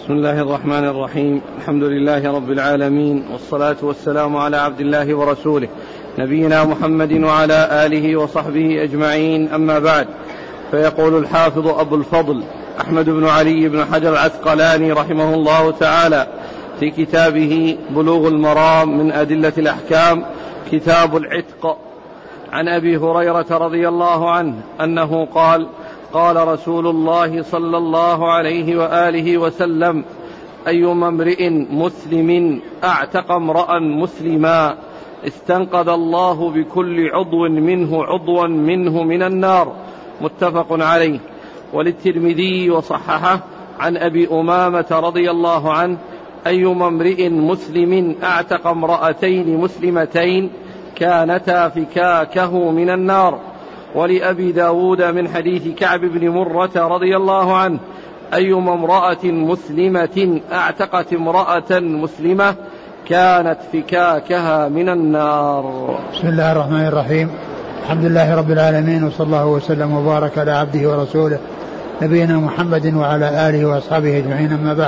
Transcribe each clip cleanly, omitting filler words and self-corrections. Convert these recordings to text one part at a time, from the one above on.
بسم الله الرحمن الرحيم. الحمد لله رب العالمين، والصلاة والسلام على عبد الله ورسوله نبينا محمد وعلى آله وصحبه أجمعين، أما بعد. فيقول الحافظ أبو الفضل أحمد بن علي بن حجر العسقلاني رحمه الله تعالى في كتابه بلوغ المرام من أدلة الأحكام كتاب العتق عن أبي هريرة رضي الله عنه أنه قال: قال رسول الله صلى الله عليه وآله وسلم: أيما امرئ مسلم أعتق امرأ مسلما استنقذ الله بكل عضو منه من النار. متفق عليه. وللترمذي وصححه عن أبي أمامة رضي الله عنه: أيما امرئ مسلم أعتق امرأتين مسلمتين كانتا فكاكه من النار. ولأبي داود من حديث كعب بن مرة رضي الله عنه: أيما امرأة مسلمة أعتقت امرأة مسلمة كانت فكاكها من النار. بسم الله الرحمن الرحيم. الحمد لله رب العالمين، وصلى الله وسلم وبارك على عبده ورسوله نبينا محمد وعلى آله وأصحابه أجمعين، أما بعد.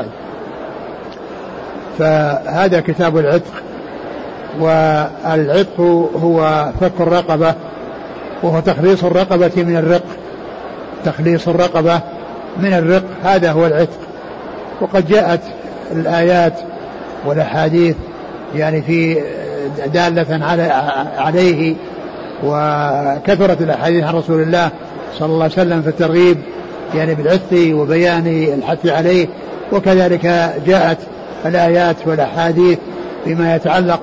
فهذا كتاب العتق، والعتق هو فك الرقبة، وهو تخليص الرقبة من الرق، تخليص الرقبة من الرق، هذا هو العتق. وقد جاءت الآيات والأحاديث يعني في دالة عليه، وكثرت الأحاديث عن رسول الله صلى الله عليه وسلم في الترغيب يعني بالعتق وبيان الحث عليه، وكذلك جاءت الآيات والأحاديث بما يتعلق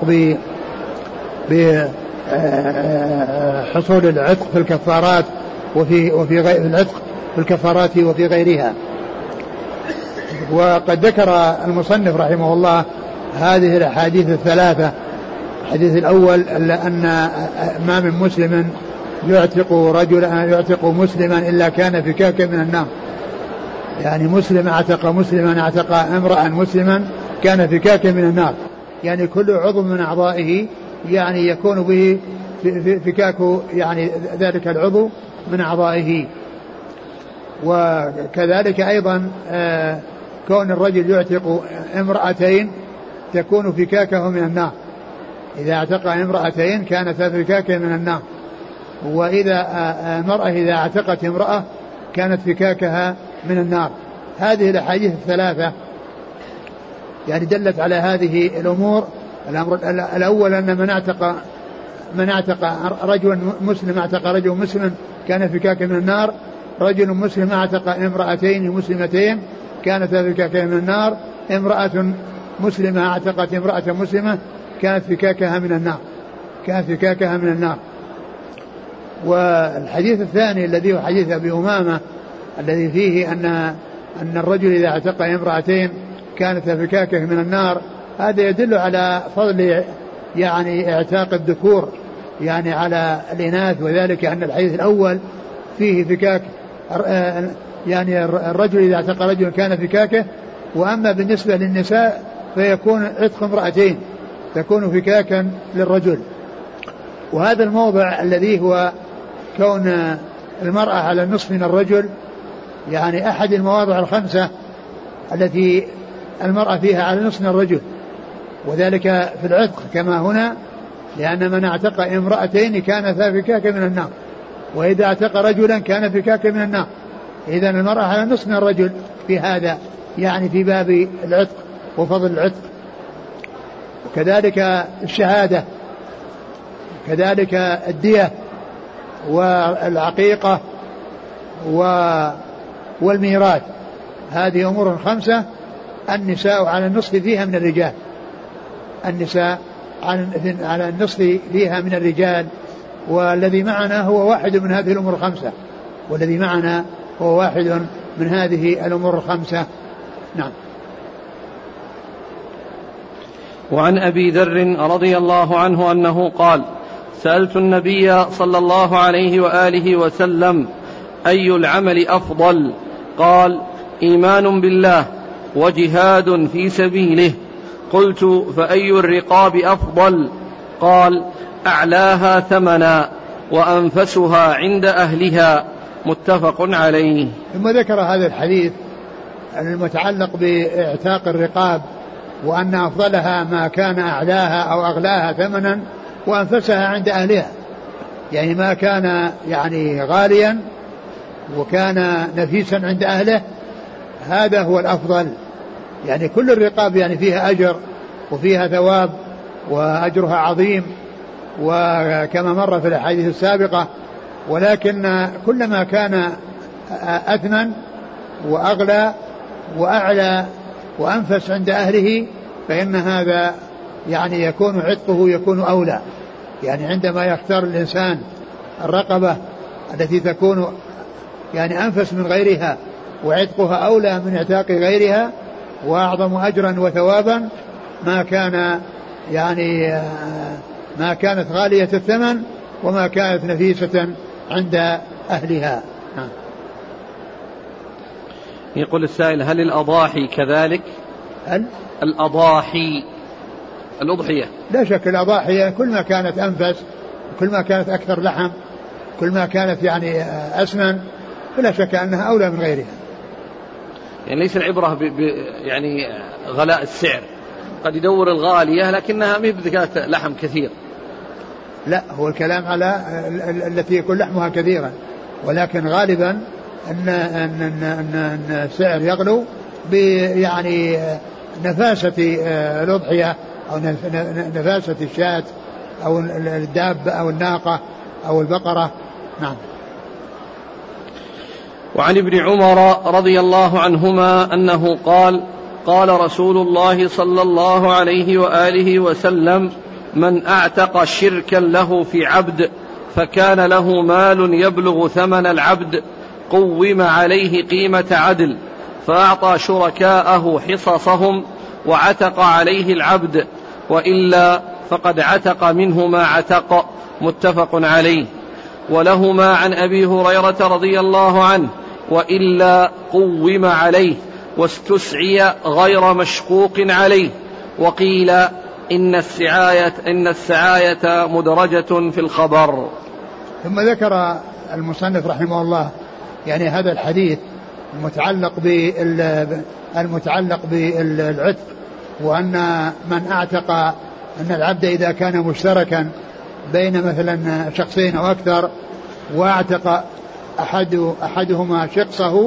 بحصول العتق في الكفارات وفي غير العتق في الكفارات وفي غيرها. وقد ذكر المصنف رحمه الله هذه الأحاديث الثلاثة. الحديث الأول أن ما من مسلم يعتق مسلما إلا كان فكاكا من النار، يعني مسلم اعتق مسلما اعتق امرأ مسلما كان فكاكا من النار، يعني كل عضو من أعضائه يعني يكون به فكاك يعني ذلك العضو من أعضائه. وكذلك أيضا كون الرجل يعتق امرأتين تكون فكاكه من النار، إذا اعتق امرأتين كانت فكاكه من النار. وإذا المرأة إذا اعتقت امرأة كانت فكاكها من النار. هذه الأحاديث الثلاثة يعني دلت على هذه الأمور. الأمر الأول أن من اعتق رجل مسلم اعتق رجل مسلم كان فكاكا من النار. رجل مسلم اعتق امرأتين مسلمتين كانت فكاكا من النار. امرأة مسلمة اعتقت امرأة مسلمة كانت فكاكها من النار، كانت فكاكها من النار. والحديث الثاني الذي هو حديث أبي أمامة الذي فيه أن الرجل إذا اعتق امرأتين كانت فكاكه من النار، هذا يدل على فضل يعني اعتاق الذكور يعني على الإناث، وذلك أن الحديث الأول فيه فكاك يعني الرجل إذا اعتق رجل كان فكاكه، وأما بالنسبة للنساء فيكون عتق امرأتين تكون فكاكا للرجل. وهذا الموضع الذي هو كون المرأة على النصف من الرجل يعني أحد المواضع الخمسة التي المرأة فيها على نصف من الرجل، وذلك في العتق كما هنا، لأن من اعتق امرأتين كان فكاكا من النار، وإذا اعتق رجلا كان فكاكا من النار. إذن المرأة على نصف من الرجل في هذا يعني في باب العتق وفضل العتق. وكذلك الشهادة، كذلك الدية والعقيقة والميراث، هذه أمور خمسة النساء على النصف فيها من الرجال، النساء على النصف فيها من الرجال. والذي معنا هو واحد من هذه الأمور الخمسة، والذي معنا هو واحد من هذه الأمور الخمسة. نعم. وعن أبي ذر رضي الله عنه أنه قال: سألت النبي صلى الله عليه وآله وسلم: أي العمل أفضل؟ قال: إيمان بالله وجهاد في سبيله. قلت: فأي الرقاب أفضل؟ قال: أعلاها ثمنا وأنفسها عند أهلها. متفق عليه. ثم ذكر هذا الحديث المتعلق باعتاق الرقاب، وأن أفضلها ما كان أعلاها أو أغلاها ثمنا وأنفسها عند أهلها، يعني ما كان يعني غاليا وكان نفيسا عند أهله هذا هو الأفضل. يعني كل الرقاب يعني فيها أجر وفيها ثواب وأجرها عظيم، وكما مر في الأحاديث السابقة، ولكن كلما كان أثمن وأغلى وأعلى وأنفس عند أهله فإن هذا يعني يكون عتقه يكون أولى. يعني عندما يختار الإنسان الرقبة التي تكون يعني أنفس من غيرها وعتقها أولى من اعتاق غيرها وأعظم أجرا وثوابا ما كانت غالية الثمن وما كانت نفيسة عند أهلها. يقول السائل: هل الأضاحي كذلك؟ هل الأضاحي الأضحية؟ لا شك الأضاحي كل ما كانت أنفس، كل ما كانت أكثر لحم، كل ما كانت يعني أسمن، فلا شك أنها أولى من غيرها. يعني ليس العبرة يعني غلاء السعر، قد يدور الغالية لكنها ما بذكات لحم كثير. لا، هو الكلام على التي يكون لحمها كثيرا، ولكن غالبا أن السعر يغلو يعني نفاسة الأضحية أو نفاسة الشاة أو الدابة أو الناقة أو البقرة. نعم. وعن ابن عمر رضي الله عنهما أنه قال: قال رسول الله صلى الله عليه وآله وسلم: من أعتق شركا له في عبد فكان له مال يبلغ ثمن العبد قوم عليه قيمة عدل، فأعطى شركاءه حصصهم وعتق عليه العبد، وإلا فقد عتق منه ما عتق. متفق عليه. ولهما عن أبي هريرة رضي الله عنه: وإلا قوم عليه واستسعي غير مشقوق عليه. وقيل إن السعاية مدرجة في الخبر. ثم ذكر المصنف رحمه الله يعني هذا الحديث المتعلق بالعتق، وأن من أعتق أن العبد إذا كان مشتركا بين مثلا شخصين أو أكثر واعتق أحدهما شقصه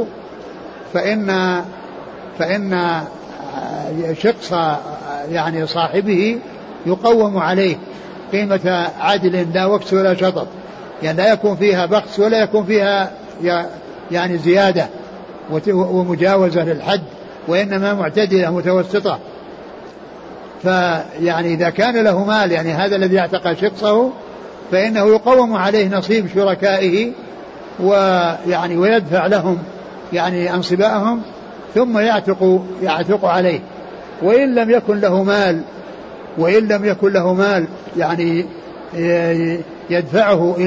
فإن شقص يعني صاحبه يقوم عليه قيمة عدل لا وكس ولا شطط، يعني لا يكون فيها بخس ولا يكون فيها يعني زيادة ومجاوزة للحد، وإنما معتدلة متوسطة. فيعني إذا كان له مال يعني هذا الذي اعتق شقصه فإنه يقوم عليه نصيب شركائه ويعني ويدفع لهم يعني أنصبائهم ثم يعتق عليه. وإن لم يكن له مال يعني يدفعه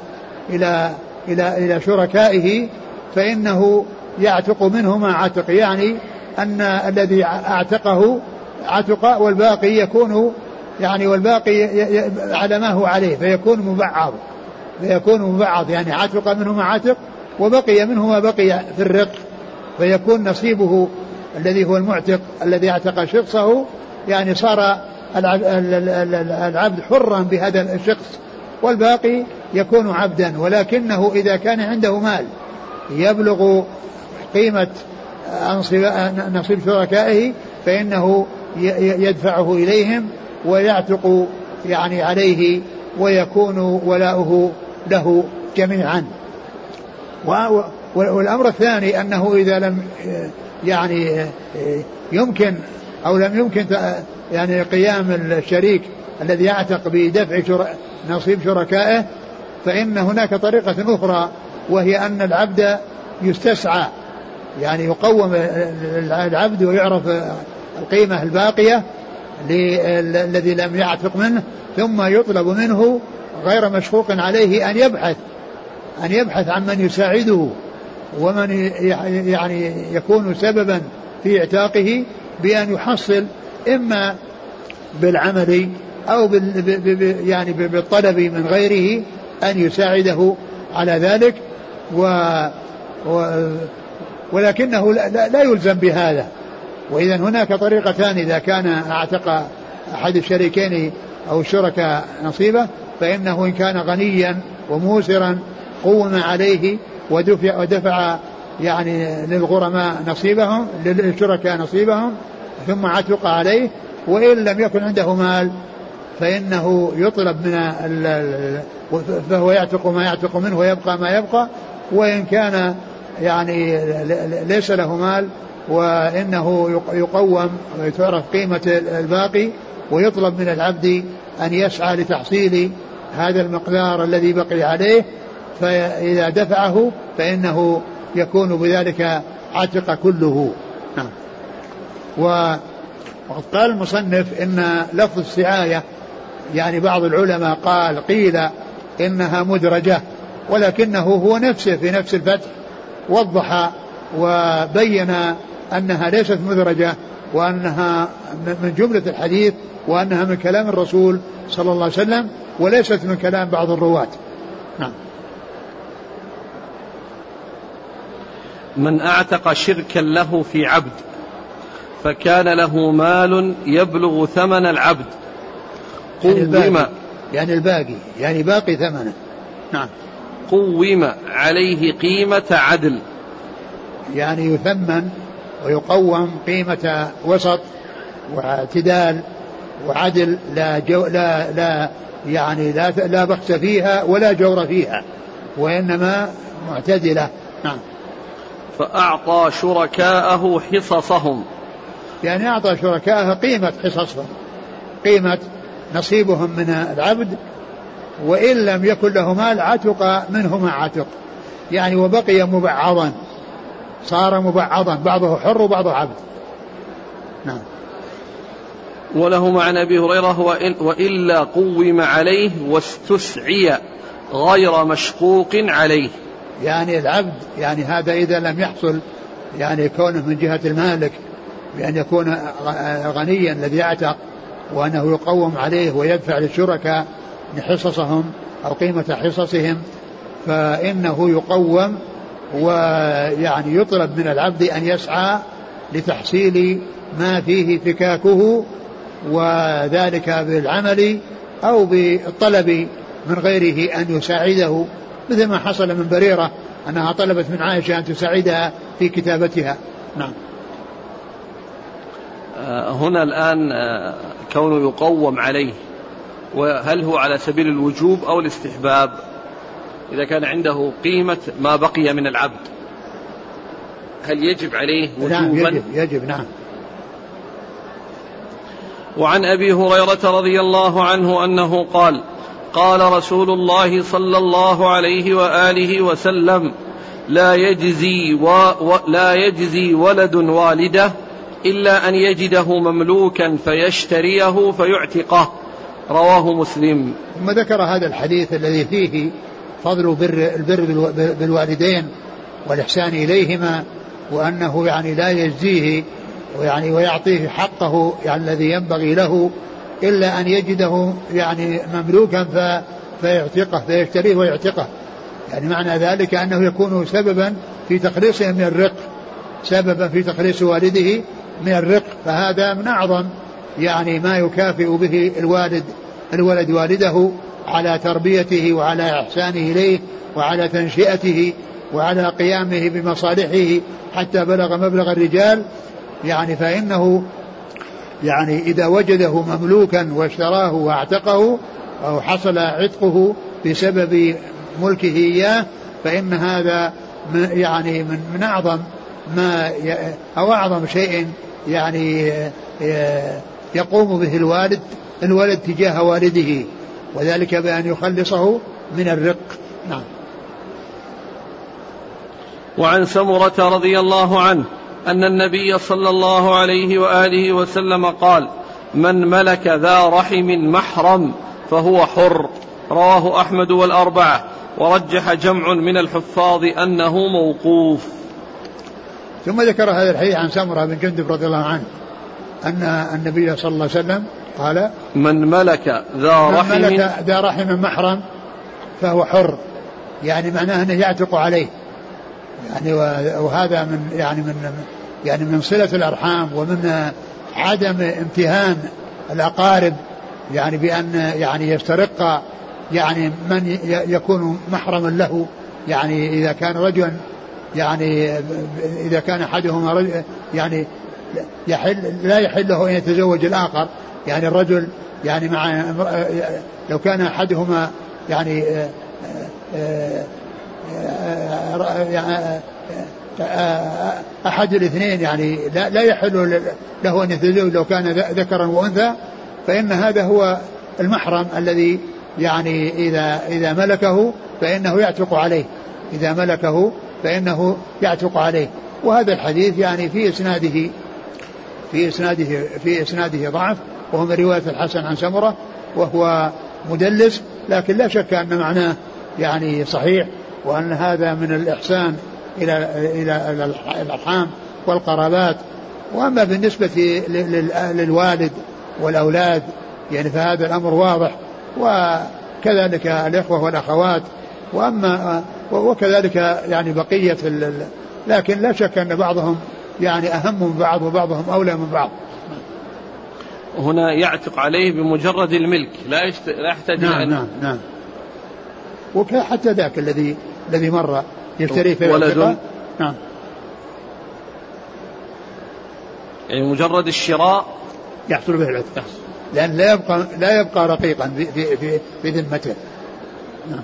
إلى شركائه فإنه يعتق منه ما عتق، يعني أن الذي اعتقه عتق والباقي يكون يعني على ما هو عليه فيكون مبعض يعني عتق منه ما عتق وبقي منه ما بقي في الرق، فيكون نصيبه الذي هو المعتق الذي اعتق شخصه يعني صار العبد حرا بهذا الشخص والباقي يكون عبدا. ولكنه إذا كان عنده مال يبلغ قيمة نصيب شركائه فإنه يدفعه إليهم ويعتق يعني عليه ويكون ولاؤه له جميعا. والأمر الثاني أنه إذا لم يعني يمكن أو لم يمكن يعني قيام الشريك الذي يعتق بدفع نصيب شركائه فإن هناك طريقة أخرى، وهي أن العبد يستسعى، يعني يقوم العبد ويعرف القيمة الباقية الذي لم يعتق منه، ثم يطلب منه غير مشقوق عليه أن يبحث عن من يساعده ومن يعني يكون سببا في اعتاقه بأن يحصل إما بالعمل أو يعني بالطلب من غيره أن يساعده على ذلك. ولكنه لا يلزم بهذا. وإذا هناك طريقتان: إذا كان اعتق أحد الشريكين أو الشركاء نصيبه فإنه إن كان غنيا وموسرا قوم عليه ودفع يعني للغرماء نصيبهم، للشركاء نصيبهم، ثم عتق عليه. وإن لم يكن عنده مال فإنه يطلب فهو يعتق ما يعتق منه ويبقى ما يبقى. وإن كان يعني ليس له مال وإنه يقوم ويتعرف قيمة الباقي، ويطلب من العبد أن يسعى لتحصيل هذا المقدار الذي بقي عليه، فإذا دفعه فإنه يكون بذلك عتق كله. نعم. وقد قال المصنف إن لفظ السعاية يعني بعض العلماء قيل إنها مدرجة، ولكنه هو نفسه في نفس الفتح وضح وبين أنها ليست مدرجة، وأنها من جملة الحديث، وأنها من كلام الرسول صلى الله عليه وسلم وليست من كلام بعض الرواة. نعم. من أعتق شركا له في عبد فكان له مال يبلغ ثمن العبد قوم يعني الباقي يعني باقي ثمنه. نعم. قوم عليه قيمة عدل، يعني يثمن ويقوم قيمة وسط واعتدال وعدل، لا بخس فيها ولا جور فيها، وإنما معتدلة. نعم. فأعطى شركاءه حصصهم، يعني أعطى شركاءه قيمة حصصهم، قيمة نصيبهم من العبد، وإن لم يكن له مال عتق منه ما عتق، يعني وبقي مبعضا، صار مبعضا، بعضه حر وبعضه عبد. نعم. وله عن أبي هريرة وإلا قوم عليه واستسعي غير مشقوق عليه، يعني العبد يعني هذا إذا لم يحصل يعني كونه من جهة المالك بأن يكون غنيا الذي يعتق وأنه يقوم عليه ويدفع للشركاء حصصهم أو قيمة حصصهم، فإنه يقوم ويعني يطلب من العبد أن يسعى لتحصيل ما فيه فكاكه، وذلك بالعمل أو بالطلب من غيره أن يساعده، مثل ما حصل من بريرة أنها طلبت من عائشة أن تساعدها في كتابتها. نعم. هنا الآن كونه يقوم عليه، وهل هو على سبيل الوجوب أو الاستحباب؟ إذا كان عنده قيمة ما بقي من العبد هل يجب عليه وجوبا؟ نعم يجب. نعم. وعن أبي هريرة رضي الله عنه أنه قال: قال رسول الله صلى الله عليه وآله وسلم: لا يجزي ولد والده إلا أن يجده مملوكا فيشتريه فيعتقه. رواه مسلم. ثم ذكر هذا الحديث الذي فيه فضل البر بالوالدين والإحسان إليهما، وأنه يعني لا يجزيه ويعني ويعطيه حقه يعني الذي ينبغي له إلا أن يجده يعني مملوكا فيعتقه، فيشتريه ويعتقه. يعني معنى ذلك أنه يكون سببا في تخليصه من الرق، سببا في تخليص والده من الرق، فهذا من أعظم يعني ما يكافئ به الولد والده على تربيته وعلى إحسانه إليه وعلى تنشئته وعلى قيامه بمصالحه حتى بلغ مبلغ الرجال. يعني فإنه يعني إذا وجده مملوكا واشتراه واعتقه أو حصل عتقه بسبب ملكه إياه، فإن هذا يعني من أعظم ما أو أعظم شيء يعني يقوم به الولد تجاه والده، وذلك بأن يخلصه من الرق. نعم. وعن سمرة رضي الله عنه أن النبي صلى الله عليه وآله وسلم قال: من ملك ذا رحم محرم فهو حر. رواه أحمد والأربعة، ورجح جمع من الحفاظ أنه موقوف. ثم ذكر هذا الحديث عن سمرة بن جندب رضي الله عنه أن النبي صلى الله عليه وسلم قال: من ملك ذا رحم محرم فهو حر، يعني معناه أنه يعتق عليه، يعني وهذا من صلة الأرحام ومن عدم امتهان الأقارب يعني بأن يعني يسترق يعني من يكون محرما له. يعني إذا كان رجلا يعني إذا كان أحدهما رجل يعني لا يحل له أن يتزوج الآخر. يعني الرجل يعني مع لو كان أحدهما يعني أحد الاثنين يعني لا يحل له أن يتزوج لو كان ذكرا وأنثى، فإن هذا هو المحرم الذي يعني إذا ملكه فإنه يعتق عليه، إذا ملكه فإنه يعتق عليه. وهذا الحديث يعني في إسناده ضعف، وهو من رواية الحسن عن سمرة وهو مدلس، لكن لا شك أن معناه يعني صحيح، وأن هذا من الإحسان إلى الأرحام والقرابات. وأما بالنسبة للوالد والأولاد يعني فهذا الأمر واضح، وكذلك الإخوة والأخوات، وكذلك يعني بقية لكن لا شك أن بعضهم يعني أهم من بعض وبعضهم أولى من بعض. هنا يعتق عليه بمجرد الملك، لا يحتاج. نعم. وحتى ذاك الذي مر يشتري في ولد. نعم. يعني مجرد الشراء يحصل به العتق، لأن لا يبقى رقيقا في ذمته. نعم.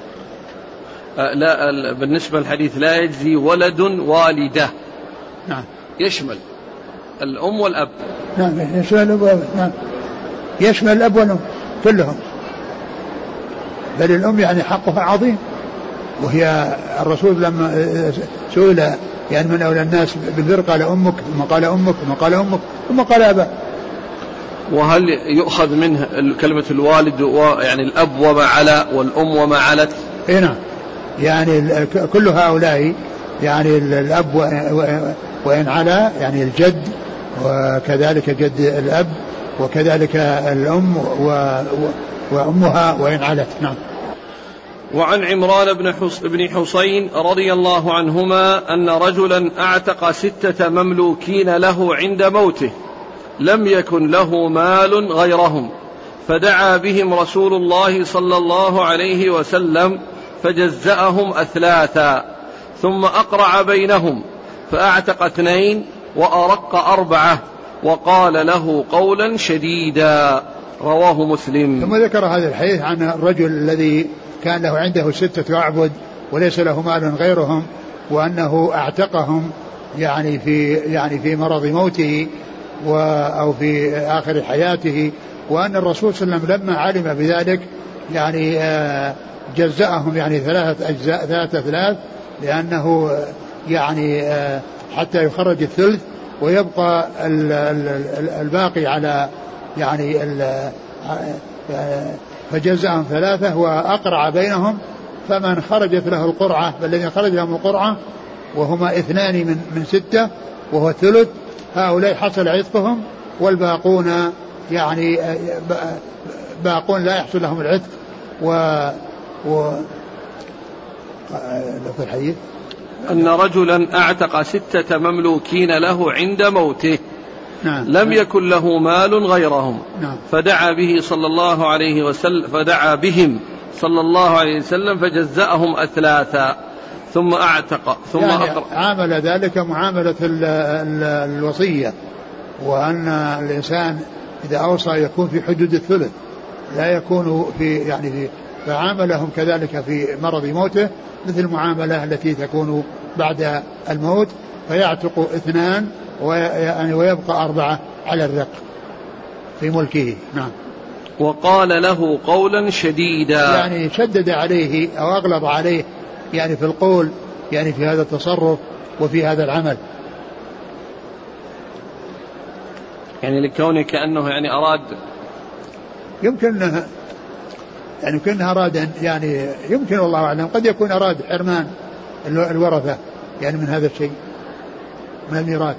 لا بالنسبة للحديث لا يجزي ولد والدة. نعم. يشمل الأم والأب. نعم يشمل الأب والأب. نعم يشمل الأب والأم كلهم، بل الأم يعني حقها عظيم. وهي الرسول لما سئل يعني من أولى الناس بالبر قال أمك، ثم قال أمك، ثم قال أمك، ثم قال أبا. وهل يؤخذ منه كلمة الوالد يعني الأب وما على والأم وما علت؟ إيه نعم، يعني كل هؤلاء يعني الأب وإن على يعني الجد، وكذلك جد الأب، وكذلك الأم وأمها وإن علت. نعم. وعن عمران بن حسين رضي الله عنهما أن رجلا أعتق 6 مملوكين له عند موته، لم يكن له مال غيرهم، فدعا بهم رسول الله صلى الله عليه وسلم فجزأهم أثلاثا، ثم أقرع بينهم فأعتق 2 وأرق 4، وقال له قولا شديدا. رواه مسلم. ثم ذكر هذا الحديث عن الرجل الذي كان له عنده 6 أعبد وليس له مال غيرهم، وأنه أعتقهم يعني في مرض موته أو في آخر حياته، وأن الرسول صلى الله عليه وسلم لما علم بذلك يعني جزأهم يعني 3 أجزاء 3 أثلاث، لأنه يعني حتى يخرج الثلث ويبقى الباقي على يعني فجزأهم 3 وأقرع بينهم، فمن خرجت له القرعة فالذين خرج لهم القرعة وهما 2 من 6 وهو الثلث، هؤلاء حصل عتقهم، والباقون يعني باقون لا يحصل لهم العتق. في الحديث أن رجلا أعتق 6 مملوكين له عند موته، نعم. لم يكن له مال غيرهم، نعم. فدعا بهم صلى الله عليه وسلم فجزأهم أثلاثا، ثم أعتق ثم يعني أقرأ. عامل ذلك معاملة الوصية، وأن الإنسان إذا أوصى يكون في حدود الثلث، لا يكون في فعاملهم كذلك في مرض موته مثل المعاملة التي تكون بعد الموت، فيعتق 2 ويبقى 4 على الرق في ملكه. نعم. وقال له قولا شديدا، يعني شدد عليه أو أغلظ عليه يعني في القول يعني في هذا التصرف وفي هذا العمل، يعني لكونه كأنه يعني أراد، يمكن أراد يعني يمكن والله أعلم، قد يكون أراد حرمان الورثة يعني من هذا الشيء من الميراث.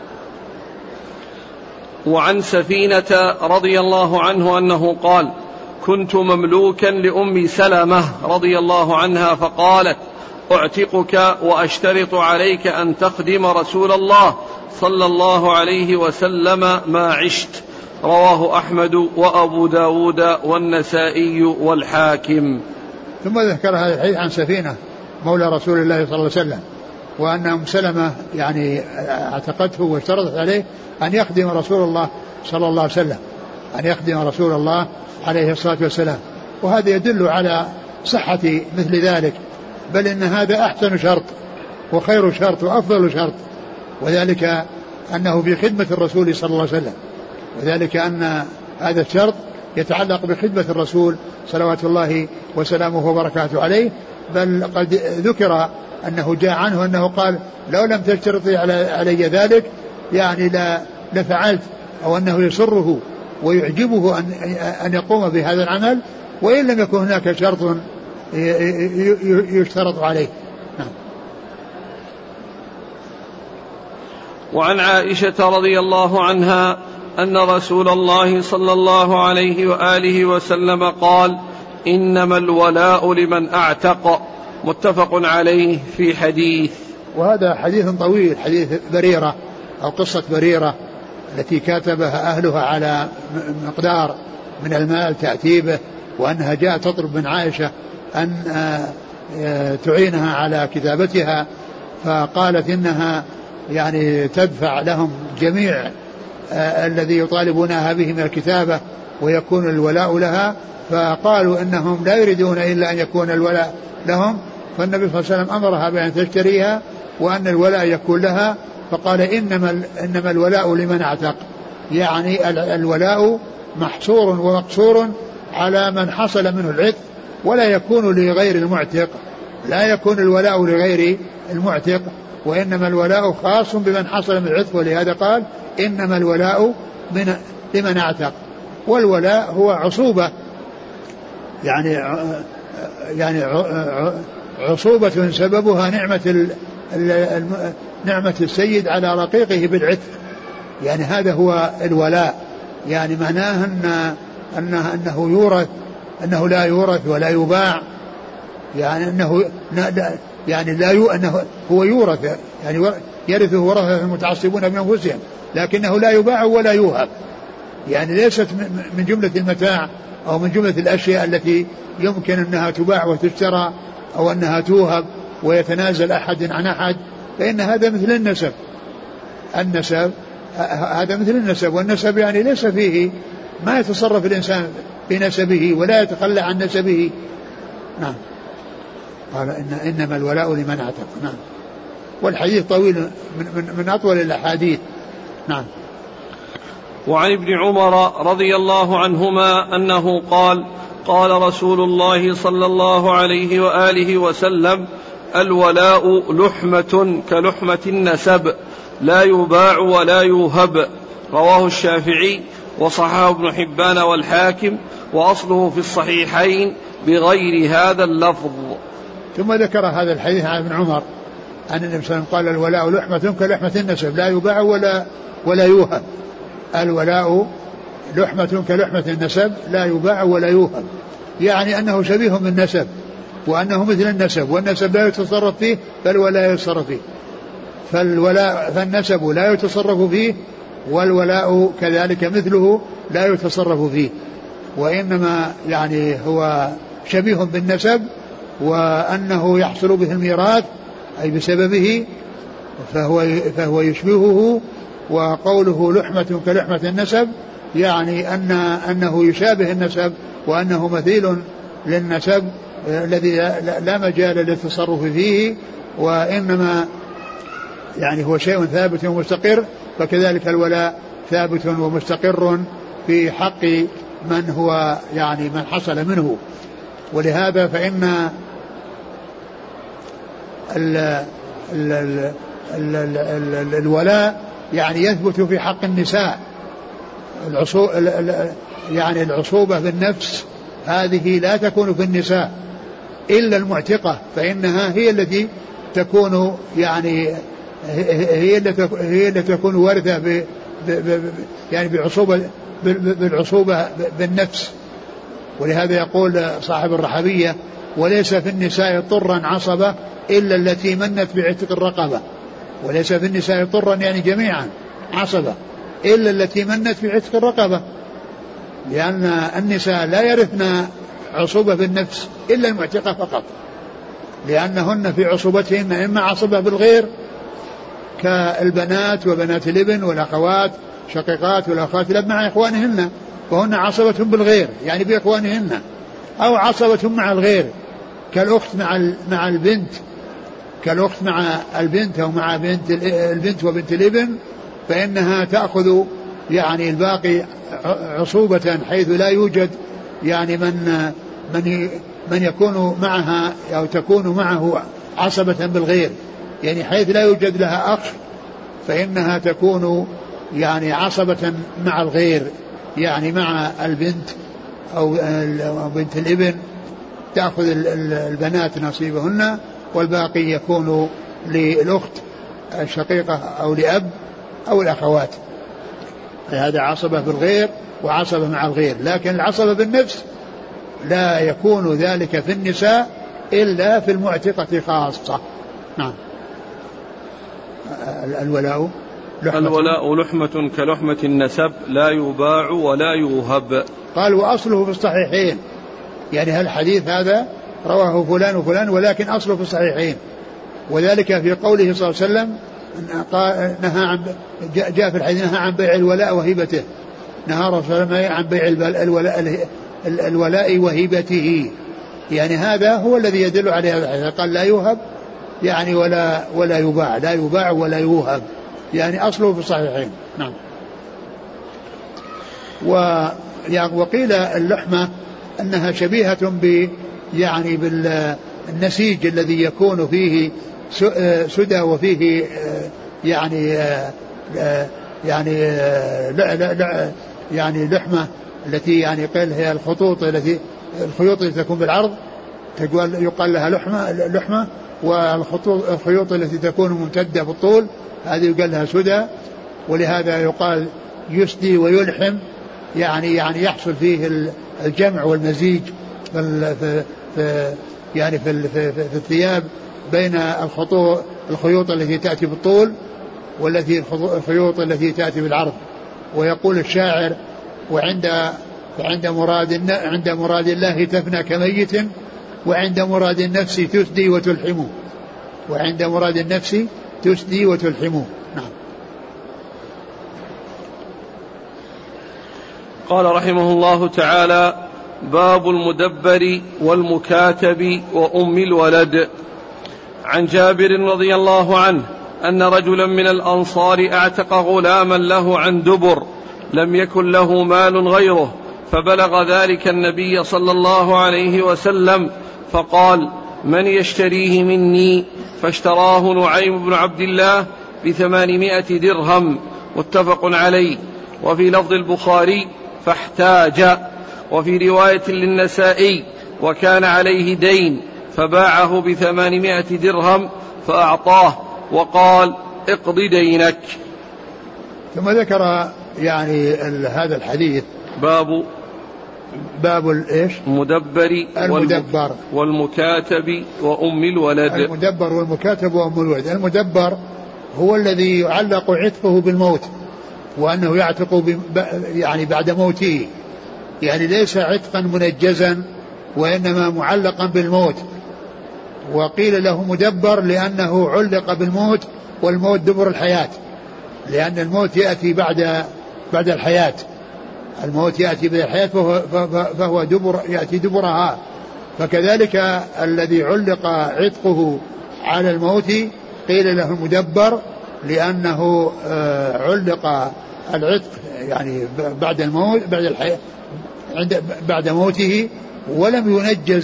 وعن سفينة رضي الله عنه أنه قال: كنت مملوكا لأم سلمة رضي الله عنها، فقالت: أعتقك وأشترط عليك أن تخدم رسول الله صلى الله عليه وسلم ما عشت. رواه أحمد وأبو داود والنسائي والحاكم. ثم ذكر هذا الحديث عن سفينة مولى رسول الله صلى الله عليه وسلم، وأن أم سلمة يعني اعتقته واشترطت عليه أن يخدم رسول الله صلى الله عليه وسلم، أن يخدم رسول الله عليه الصلاة والسلام. وهذا يدل على صحة مثل ذلك، بل إن هذا أحسن شرط وخير شرط وأفضل شرط، وذلك أنه في خدمة الرسول صلى الله عليه وسلم، وذلك أن هذا الشرط يتعلق بخدمة الرسول صلوات الله وسلامه وبركاته عليه. بل قد ذكر أنه جاء عنه أنه قال لو لم تشترطي علي ذلك يعني لفعلت، أو أنه يسره ويعجبه أن يقوم بهذا العمل وإن لم يكن هناك شرط يشترط عليه. نعم. وعن عائشة رضي الله عنها أن رسول الله صلى الله عليه وآله وسلم قال إنما الولاء لمن أعتق. متفق عليه في حديث. وهذا حديث طويل، حديث بريرة أو قصة بريرة التي كاتبها أهلها على مقدار من المال تأتي به، وأنها جاءت تطلب من عائشة أن تعينها على كتابتها، فقالت إنها يعني تدفع لهم جميع الذي يطالبونها به من الكتابة ويكون الولاء لها، فقالوا إنهم لا يريدون إلا أن يكون الولاء لهم، فالنبي صلى الله عليه وسلم أمرها بأن تشتريها وأن الولاء يكون لها، فقال إنما الولاء لمن اعتق، يعني الولاء محصور ومقصور على من حصل منه العتق، ولا يكون لغير المعتق، لا يكون الولاء لغير المعتق، وإنما الولاء خاص بمن حصل من العتق، ولهذا قال إنما الولاء لمن اعتق. والولاء هو عصوبة، يعني عصوبة سببها نعمة السيد على رقيقه بالعتق، يعني هذا هو الولاء، يعني معناه أنه يورث، أنه لا يورث ولا يباع، يعني أنه هو يورث، يعني يرثه ورثة المتعصبون من أنفسهم، لكنه لا يباع ولا يوهب، يعني ليست من جملة المتاع أو من جملة الأشياء التي يمكن أنها تباع وتشترى أو أنها توهب ويتنازل أحد عن أحد، فإن هذا مثل النسب، هذا مثل النسب، والنسب يعني ليس فيه ما يتصرف الإنسان بنسبه ولا يتخلى عن نسبه. نعم. قال إنما الولاء لمن اعتق. نعم. والحديث طويل من أطول الأحاديث. نعم. وعن ابن عمر رضي الله عنهما أنه قال قال رسول الله صلى الله عليه وآله وسلم الولاء لحمة كلحمة النسب لا يباع ولا يوهب. رواه الشافعي وصححه ابن حبان والحاكم، وأصله في الصحيحين بغير هذا اللفظ. ثم ذكر هذا الحديث عن ابن عمر أن النبي صلى الله عليه وسلم قال الولاء لحمة كلحمة النسب لا يباع ولا يوهب. الولاء لحمة كلحمة النسب لا يباع ولا يوهب، يعني أنه شبيه بالنسب وأنه مثل النسب، والنسب لا يتصرف فيه بل ولا يتصرف فيه، فالنسب لا يتصرف فيه والولاء كذلك مثله لا يتصرف فيه، وإنما يعني هو شبيه بالنسب وأنه يحصل به الميراث أي بسببه فهو يشبهه. وقوله لحمة كلحمة النسب يعني أنه يشابه النسب وأنه مثيل للنسب الذي لا مجال للتصرف فيه، وإنما يعني هو شيء ثابت ومستقر، فكذلك الولاء ثابت ومستقر في حق من هو يعني من حصل منه. ولهذا فإن الولاء يعني يثبت في حق النساء، يعني العصوبة بالنفس هذه لا تكون في النساء إلا المعتقة، فإنها هي التي تكون يعني هي التي تكون وارثة يعني بالعصوبة بالنفس. ولهذا يقول صاحب الرحبية وليس في النساء طرا عصبة إلا التي منت بعتق الرقبة. وليس في النساء طرا يعني جميعا عصبة إلا التي منت بعتق الرقبة، لأن النساء لا يرثن عصوبة بالنفس إلا المعتقة فقط، لأنهن في عصوبتهن إما عصبة بالغير كالبنات وبنات الابن والأخوات شقيقات والأخوات الأب مع إخوانهن، وهن عصبة بالغير يعني بإخوانهن، أو عصبة مع الغير كالأخت مع البنت، كالأخت مع البنت أو مع بنت البنت وبنت الابن، فإنها تأخذ يعني الباقي عصوبة حيث لا يوجد يعني من يكون معها أو تكون معه عصبة بالغير، يعني حيث لا يوجد لها أخ فإنها تكون يعني عصبة مع الغير، يعني مع البنت أو بنت الابن تأخذ البنات نصيبهن والباقي يكون للأخت الشقيقة أو لأب أو الأخوات. هذا عصبة بالغير وعصبة مع الغير، لكن العصبة بالنفس لا يكون ذلك في النساء إلا في المعتقة خاصة. نعم. الولاء لحمة كلحمة النسب لا يباع ولا يوهب. قال وأصله في الصحيحين، يعني هالحديث هذا رواه فلان وفلان ولكن أصله في الصحيحين، وذلك في قوله صلى الله عليه وسلم نهى عن جاء في الحديث نهى عن بيع الولاء وهبته، نهى رسول الله عن بيع الولاء وهبته، يعني هذا هو الذي يدل عليه هذا الحديث. قال لا يوهب يعني ولا يباع، لا يباع ولا يوهب، يعني أصله في الصحيحين. نعم. وقيل اللحمة أنها شبيهة يعني بالنسيج الذي يكون فيه سدى وفيه يعني لحمة التي يعني قيل هي الخيوط التي تكون بالعرض يقال لها لحمة، والخيوط التي تكون ممتدة بالطول هذه يقال لها سدى، ولهذا يقال يسدي ويلحم، يعني يحصل فيه الجمع والمزيج يعني في الثياب بين الخيوط التي تأتي بالطول والتي الخيوط التي تأتي بالعرض. ويقول الشاعر عند مراد الله تفنى كميت، وعند مراد النفس تسدي وتلحم، وعند مراد النفس تسدي وتلحم. نعم. قال رحمه الله تعالى: باب المدبر والمكاتب وأم الولد. عن جابر رضي الله عنه أن رجلا من الأنصار أعتق غلاما له عن دبر لم يكن له مال غيره، فبلغ ذلك النبي صلى الله عليه وسلم فقال: من يشتريه مني؟ فاشتراه نعيم بن عبد الله ب800 درهم، متفق عليه. وفي لفظ البخاري: فاحتاج. وفي رواية للنسائي: وكان عليه دين فباعه ب800 درهم فأعطاه وقال: اقض دينك. ثم ذكر يعني هذا الحديث باب ايش؟ المدبر والمكاتب وأم الولد. المدبر والمكاتب وأم الولد. المدبر هو الذي يعلق عتقه بالموت، وأنه يعتق يعني بعد موته، يعني ليس عتقا منجزا وإنما معلقا بالموت. وقيل له مدبر لأنه علق بالموت، والموت دبر الحياة، لأن الموت يأتي بعد الحياة، الموت يأتي بعد الحياة فهو يأتي دبرها. فكذلك الذي علق عتقه على الموت قيل له مدبر لأنه علق العتق يعني بعد الموت بعد موته، ولم ينجز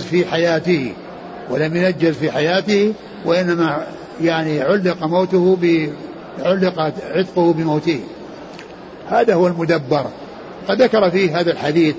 في حياته وإنما يعني علق عتقه بموته. هذا هو المدبر. قد ذكر فيه هذا الحديث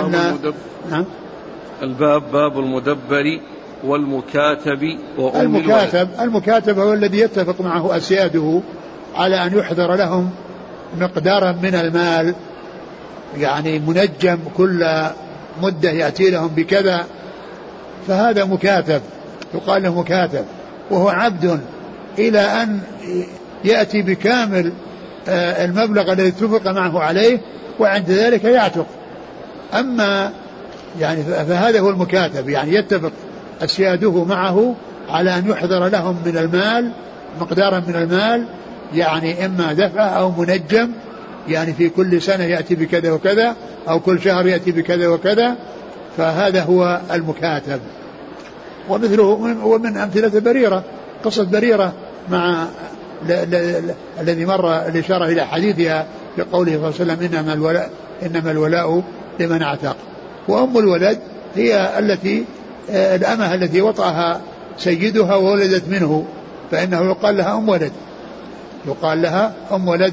الباب باب المدبر والمكاتب وأم الولد. المكاتب هو الذي يتفق معه أسياده على أن يحضر لهم مقدارا من المال، يعني منجم كل مدة يأتي لهم بكذا، فهذا مكاتب، يقال له مكاتب، وهو عبد إلى أن يأتي بكامل المبلغ الذي اتفق معه عليه، وعند ذلك يعتق. أما يعني فهذا هو المكاتب، يعني يتفق أسياده معه على أن يحضر لهم من المال مقدارا من المال، يعني إما دفعه أو منجم، يعني في كل سنة يأتي بكذا وكذا، أو كل شهر يأتي بكذا وكذا، فهذا هو المكاتب. ومثله ومن أمثلة بريرة، قصة بريرة مع الذي مر الإشارة إلى حديثها في قوله صلى الله عليه وسلم إنما الولاء لمن اعتق. وأم الولد هي التي الأمة التي وطأها سيدها وولدت منه، فإنه يقال لها أم ولد، يقال لها أم ولد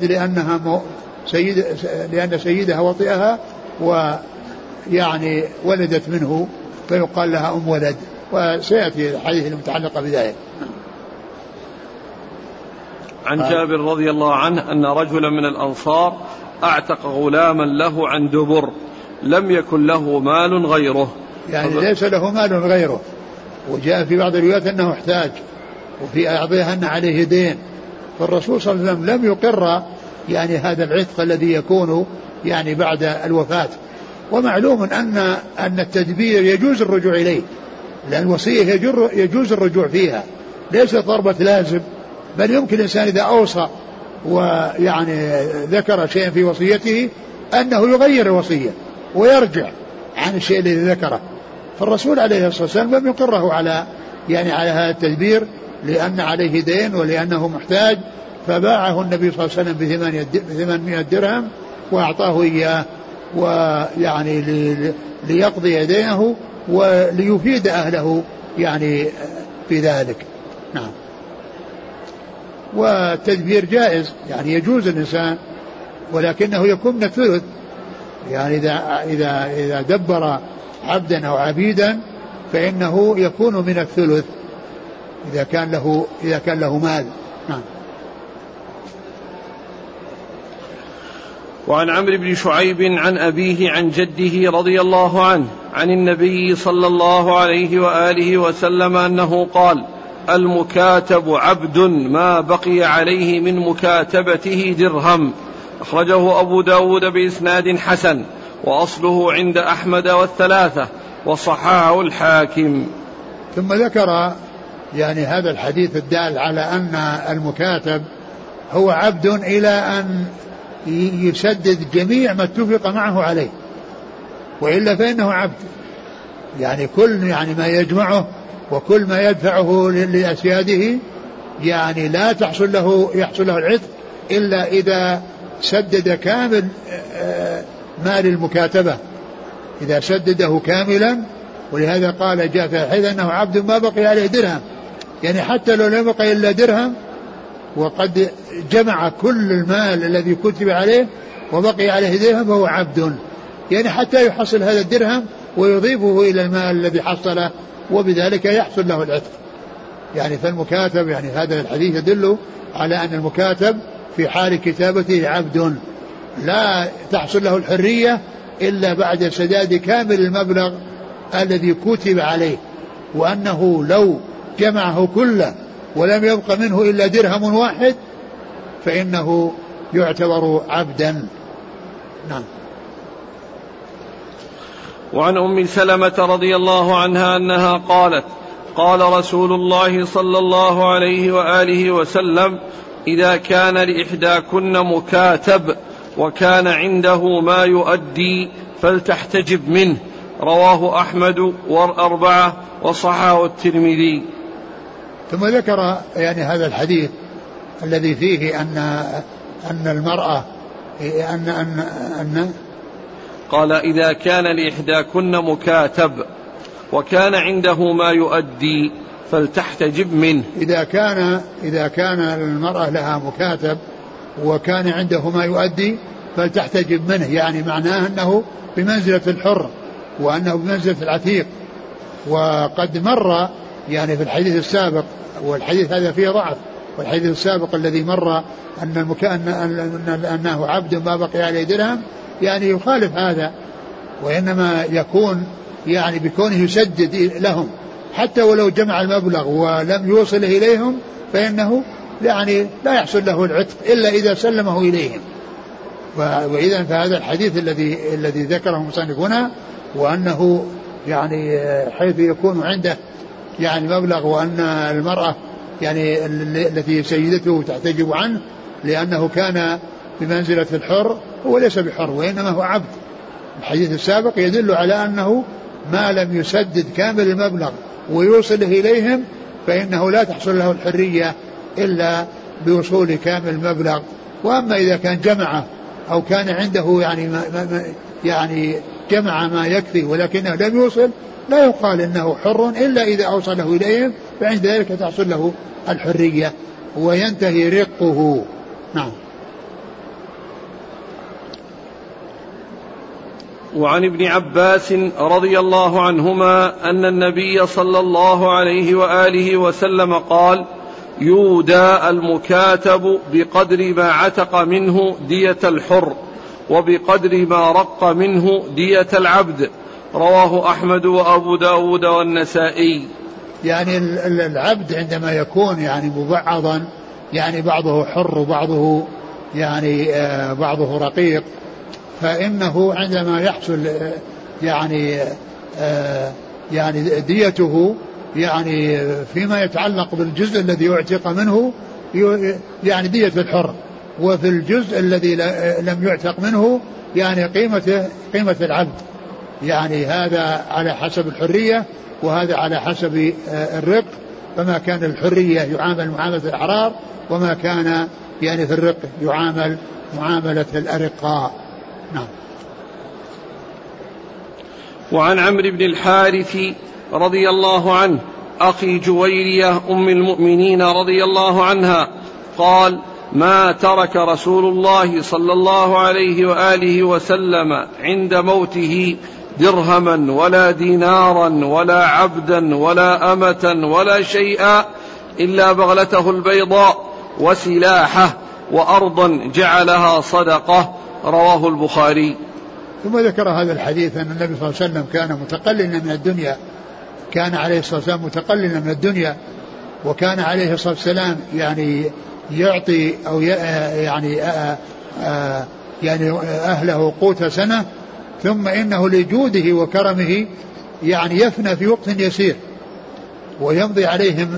لأن سيدها وطئها ويعني ولدت منه، فيقال لها أم ولد. وسيأتي الحديث المتعلقة بذلك. عن جابر رضي الله عنه أن رجلا من الأنصار أعتق غلاما له عن دبر، لم يكن له مال غيره، يعني ليس له مال غيره، وجاء في بعض الروايات أنه احتاج، وفي بعضها أن عليه دين، فالرسول صلى الله عليه وسلم لم يقر يعني هذا العتق الذي يكون يعني بعد الوفاة. ومعلوم أن التدبير يجوز الرجوع إليه، لأن الوصية يجوز الرجوع فيها، ليس ضربة لازم، بل يمكن الإنسان إذا أوصى ويعني ذكر شيئا في وصيته أنه يغير الوصية ويرجع عن الشيء الذي ذكره. فالرسول عليه الصلاة والسلام لم يقره على هذا التدبير، لأن عليه دين ولأنه محتاج، فباعه النبي صلى الله عليه وسلم ب800 درهم وأعطاه إياه، ويعني ليقضي دينه وليفيد أهله يعني في ذلك. نعم. والتدبير جائز، يعني يجوز الإنسان، ولكنه يكون من الثلث، يعني إذا دبر عبدا أو عبيدا فإنه يكون من الثلث إذا كان له مال. نعم. وعن عمرو بن شعيب عن أبيه عن جده رضي الله عنه عن النبي صلى الله عليه وآله وسلم أنه قال: المكاتب عبد ما بقي عليه من مكاتبته درهم. أخرجه أبو داود بإسناد حسن، وأصله عند أحمد والثلاثة، وصححه الحاكم. ثم ذكر يعني هذا الحديث الدال على أن المكاتب هو عبد إلى أن يسدد جميع ما اتفق معه عليه، وإلا فإنه عبد، يعني كل ما يجمعه وكل ما يدفعه لأسياده يعني لا يحصل له العتق إلا إذا سدد كامل مال المكاتبة، إذا سدده كاملا. ولهذا قال جاء في الحديث أنه عبد ما بقي عليه درهم، يعني حتى لو لم يبقى إلا درهم وقد جمع كل المال الذي كتب عليه وبقي عليه درهم فهو عبد، يعني حتى يحصل هذا الدرهم ويضيفه إلى المال الذي حصله، وبذلك يحصل له العتق. يعني فالمكاتب، يعني هذا الحديث يدل على أن المكاتب في حال كتابته عبد لا تحصل له الحرية إلا بعد سداد كامل المبلغ الذي كتب عليه، وأنه لو جمعه كله ولم يبق منه إلا درهم واحد فإنه يعتبر عبدا. نعم. وعن أم سلمة رضي الله عنها أنها قالت: قال رسول الله صلى الله عليه وآله وسلم: إذا كان لإحداكن مكاتب وكان عنده ما يؤدي فلتحتجب منه. رواه أحمد والأربعة وصححه الترمذي. ثم ذكر يعني هذا الحديث الذي فيه أن المرأة قال: إذا كان لإحداكن مكاتب وكان عنده ما يؤدي فلتحتجب منه. إذا كان المرأة لها مكاتب وكان عنده ما يؤدي فلتحتجب منه، يعني معناه أنه بمنزلة الحر وأنه بمنزلة العتيق. وقد مر يعني في الحديث السابق، والحديث هذا فيه ضعف، والحديث السابق الذي مر أنه عبد ما بقي عليه درهم يعني يخالف هذا، وإنما يكون يعني بكونه يسدد لهم حتى ولو جمع المبلغ ولم يوصله إليهم فإنه يعني لا يحصل له العتق إلا إذا سلمه إليهم. وإذا فهذا الحديث الذي ذكره المصنف هنا، وأنه يعني حيث يكون عنده يعني مبلغ، وأن المرأة يعني التي سيدته تحتجب عنه لأنه كان بمنزلة الحر، هو ليس بحر وإنما هو عبد. الحديث السابق يدل على أنه ما لم يسدد كامل المبلغ ويوصله إليهم فإنه لا تحصل له الحرية إلا بوصول كامل المبلغ. وأما إذا كان جمعه أو كان عنده يعني جمع ما يكفي ولكنه لم يوصل، لا يقال إنه حر إلا إذا أوصله إليهم، فعند ذلك تحصل له الحرية وينتهي رقه. نعم. وعن ابن عباس رضي الله عنهما أن النبي صلى الله عليه وآله وسلم قال: يودى المكاتب بقدر ما عتق منه دية الحر، وبقدر ما رق منه دية العبد. رواه أحمد وأبو داود والنسائي. يعني العبد عندما يكون يعني مبعضا، يعني بعضه حر وبعضه يعني بعضه رقيق، فإنه عندما يحصل يعني ديته يعني فيما يتعلق بالجزء الذي يعتق منه يعني دية الحر، وفي الجزء الذي لم يعتق منه يعني قيمة العبد. يعني هذا على حسب الحرية وهذا على حسب الرق، فما كان الحرية يعامل معاملة الأحرار، وما كان يعني في الرق يعامل معاملة الأرقاء. نعم. وعن عمرو بن الحارث رضي الله عنه أخي جويرية أم المؤمنين رضي الله عنها قال: ما ترك رسول الله صلى الله عليه وآله وسلم عند موته درهما ولا دينارا ولا عبدا ولا أمة ولا شيئا إلا بغلته البيضاء وسلاحه وأرضا جعلها صدقة. رواه البخاري. ثم ذكر هذا الحديث أن النبي صلى الله عليه وسلم كان متقللا من الدنيا، كان عليه الصلاة والسلام متقللا من الدنيا، وكان عليه الصلاة والسلام يعني يعطي أو يعني أهله قوت سنة، ثم إنه لجوده وكرمه يعني يفنى في وقت يسير، ويمضي عليهم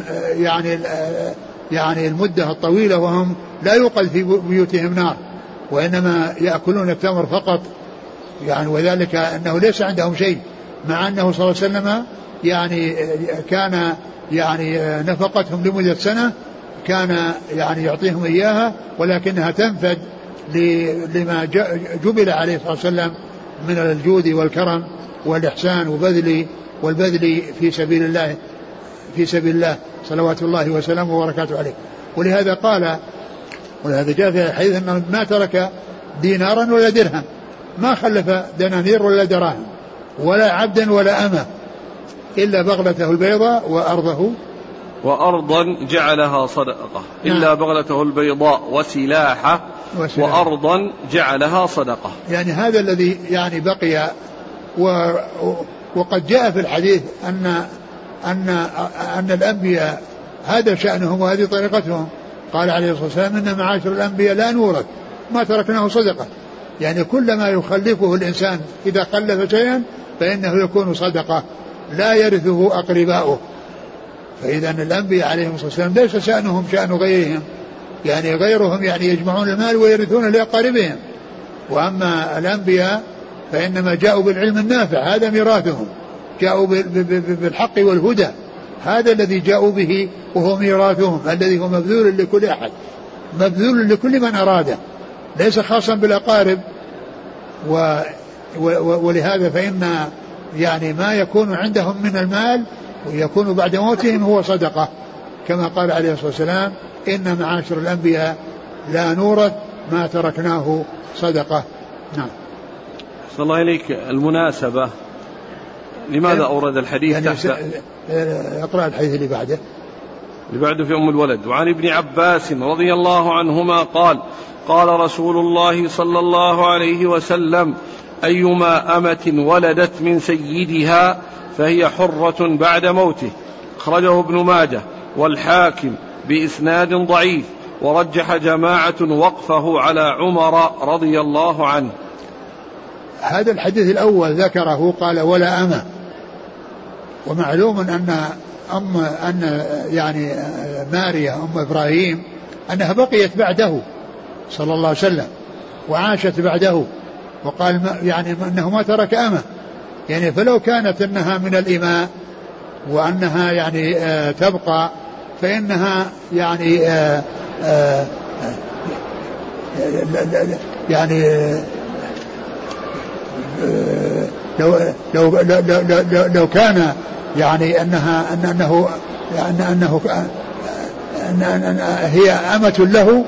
يعني المدة الطويلة وهم لا يوقد في بيوتهم نار، وإنما يأكلون التمر فقط يعني، وذلك أنه ليس عندهم شيء، مع أنه صلى الله عليه وسلم يعني كان يعني نفقتهم لمدة سنة كان يعني يعطيهم إياها، ولكنها تنفد لما جبل عليه الصلاة والسلام من الجود والكرم والإحسان والبذل في سبيل الله صلوات الله وسلامه وبركاته عليه. ولهذا جاء في الحديث أنه ما ترك دينارا ولا درهم، ما خلف دنانير ولا دراهم ولا عبدا ولا أمة إلا بغلته البيضاء وأرضا جعلها صدقة. إلا بغلته البيضاء وسلاحه وأرضا جعلها صدقة. يعني هذا الذي يعني بقي. وقد جاء في الحديث أن الأنبياء هذا شأنهم وهذه طريقتهم. قال عليه الصلاة والسلام: إن معاشر الأنبياء لا نورث ما تركناه صدقة. يعني كلما يخلفه الإنسان إذا خلف شيئا فإنه يكون صدقة لا يرثه أقرباؤه. فإذا الأنبياء عليهم الصلاة والسلام ليس شأنهم شأن غيرهم، يعني غيرهم يعني يجمعون المال ويرثون لأقاربهم، وأما الأنبياء فإنما جاءوا بالعلم النافع، هذا ميراثهم، جاءوا بالحق والهدى، هذا الذي جاءوا به وهو ميراثهم الذي هو مبذول لكل أحد، مبذول لكل من أراده، ليس خاصا بالأقارب. ولهذا فإن يعني ما يكون عندهم من المال ويكون بعد موتهم هو صدقة، كما قال عليه الصلاة والسلام: إن معاشر الأنبياء لا نورث ما تركناه صدقة. نعم. صلى الله عليك. المناسبة لماذا أورد الحديث يعني تحت؟ اقرأ الحديث اللي بعده في أم الولد. وعن ابن عباس رضي الله عنهما قال: قال رسول الله صلى الله عليه وسلم: أيما أمة ولدت من سيدها فهي حرة بعد موته، أخرجه ابن ماجه والحاكم بإسناد ضعيف، ورجح جماعة وقفه على عمر رضي الله عنه. هذا الحديث الأول ذكره قال ولا أمة، ومعلوم أن يعني ماريا أم إبراهيم أنها بقيت بعده صلى الله عليه وسلم وعاشت بعده، وقال يعني أنه ما ترك أمة، يعني فلو كانت أنها من الإماء وأنها يعني تبقى فإنها يعني يعني لو كان يعني أنه هي أمة له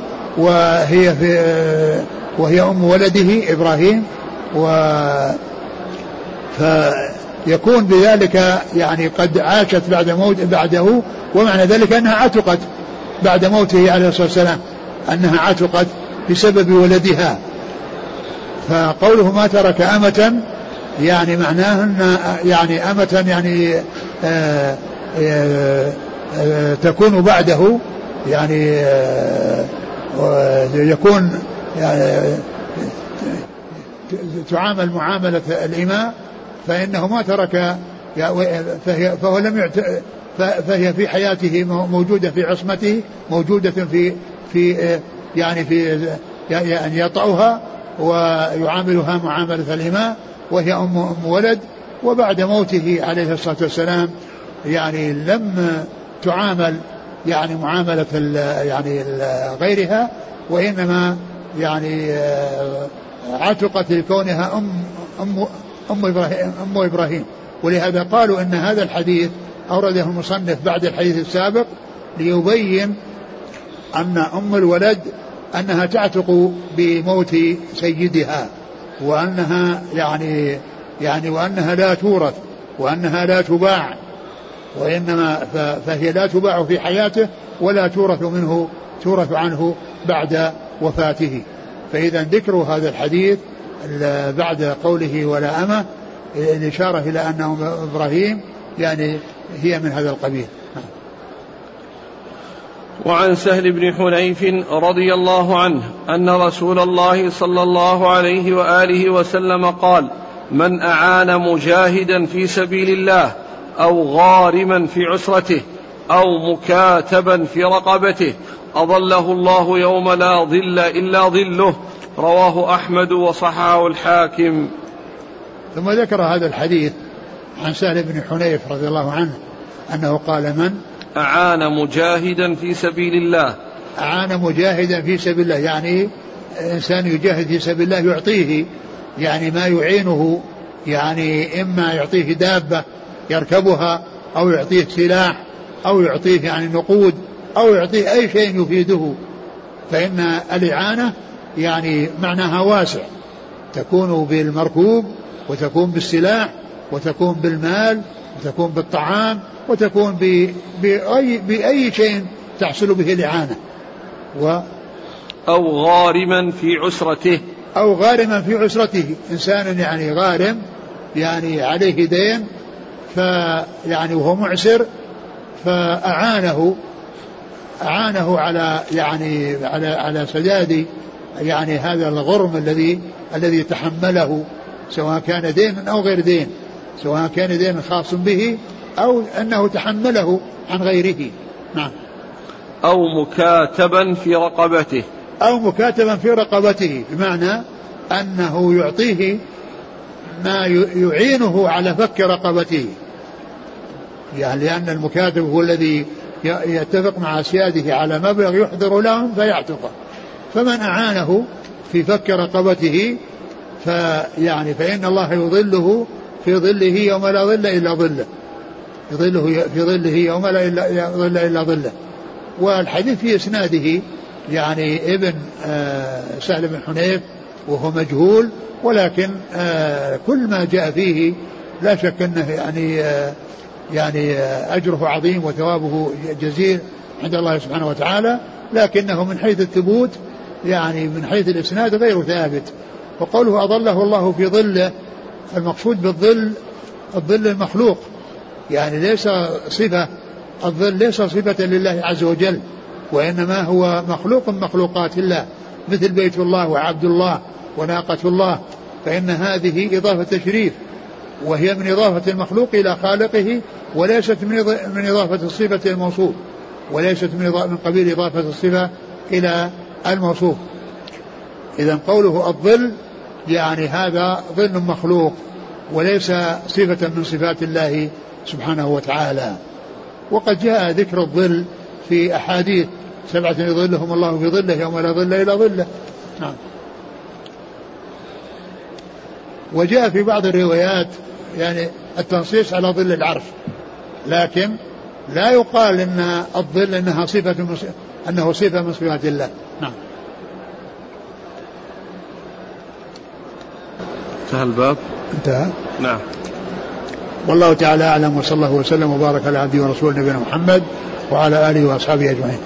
وهي أم ولده إبراهيم، فيكون بذلك يعني قد عاشت بعده، ومعنى ذلك أنها عتقت بعد موته عليه الصلاة والسلام، أنها عتقت بسبب ولدها. فقوله ما ترك أمة يعني معناه أن يعني أمة يعني تكون بعده، يعني يكون يعني تعامل معاملة الإماء، فإنه ما ترك فهي في حياته موجودة في عصمته، موجودة في يعني يعني يطأها ويعاملها معاملة الإماء، وهي أم ولد. وبعد موته عليه الصلاة والسلام يعني لم تعامل يعني معاملة يعني غيرها، وإنما يعني عتقت لكونها أم إبراهيم. ولهذا قالوا إن هذا الحديث أورده المصنف بعد الحديث السابق ليبين أن أم الولد أنها تعتق بموت سيدها، وأنها يعني وأنها لا تورث، وأنها لا تباع، وإنما فهي لا تباع في حياته ولا تورث عنه بعد وفاته. فإذا ذكر هذا الحديث بعد قوله ولا أمة الإشارة إلى أن إبراهيم يعني هي من هذا القبيل. وعن سهل بن حنيف رضي الله عنه أن رسول الله صلى الله عليه وآله وسلم قال: من أعان مجاهدا في سبيل الله أو غارما في عسرته أو مكاتبا في رقبته أظله الله يوم لا ظل إلا ظله. رواه أحمد وصححه الحاكم. ثم ذكر هذا الحديث عن سهل بن حنيف رضي الله عنه أنه قال: من أعان مجاهدا في سبيل الله. أعان مجاهدا في سبيل الله يعني إنسان يجاهد في سبيل الله يعطيه يعني ما يعينه، يعني إما يعطيه دابة يركبها، أو يعطيه سلاح، أو يعطيه يعني نقود، أو يعطيه أي شيء يفيده. فإن الإعانة يعني معناها واسع، تكون بالمركوب، وتكون بالسلاح، وتكون بالمال، وتكون بالطعام، وتكون بأي شيء تحصل به الإعانة. أو غارما في عسرته، أو غارما في عسرته، إنسان يعني غارم يعني عليه دين فيعني وهو معسر، فأعانه على يعني على سداد يعني هذا الغرم الذي تحمله، سواء كان دين أو غير دين، سواء كان دين خاص به أو أنه تحمله عن غيره. نعم. أو مكاتبا في رقبته، أو مكاتبا في رقبته، بمعنى أنه يعطيه ما يعينه على فك رقبته، يعني لأن المكاتب هو الذي يتفق مع سياده على مبلغ يحضر لهم فيعتقه، فمن أعانه في فك رقبته فإن الله يظله في ظله يوم لا ظل إلا ظله، يظله في ظله يوم لا ظل إلا ظله. والحديث في إسناده يعني ابن سهل بن حنيف وهو مجهول، ولكن كل ما جاء فيه لا شك أنه يعني أجره عظيم وثوابه جزيل عند الله سبحانه وتعالى، لكنه من حيث الثبوت يعني من حيث الإسناد غير ثابت. وقوله أظله الله في ظله، المقصود بالظل الظل المخلوق، يعني ليس صفة الظل ليس صفة لله عز وجل، وإنما هو مخلوق من مخلوقات الله، مثل بيت الله وعبد الله وناقة الله، فإن هذه إضافة تشريف، وهي من إضافة المخلوق إلى خالقه، وليست من إضافة الصفة الموصوف، وليست من قبيل إضافة الصفة إلى الموصوف. إذن قوله الظل يعني هذا ظل مخلوق وليس صفة من صفات الله سبحانه وتعالى. وقد جاء ذكر الظل في أحاديث 7 يظلهم الله في ظله يوم لا ظل إلا ظله. نعم. وجاء في بعض الروايات يعني التنصيص على ظل العرش، لكن لا يقال إن الظل أنه صفة من صفات الله. نعم. انتهى الباب. انتهى. نعم. والله تعالى أعلم، وصلى الله وسلم وبارك على عبده ورسوله نبينا محمد وعلى آله وأصحابه أجمعين.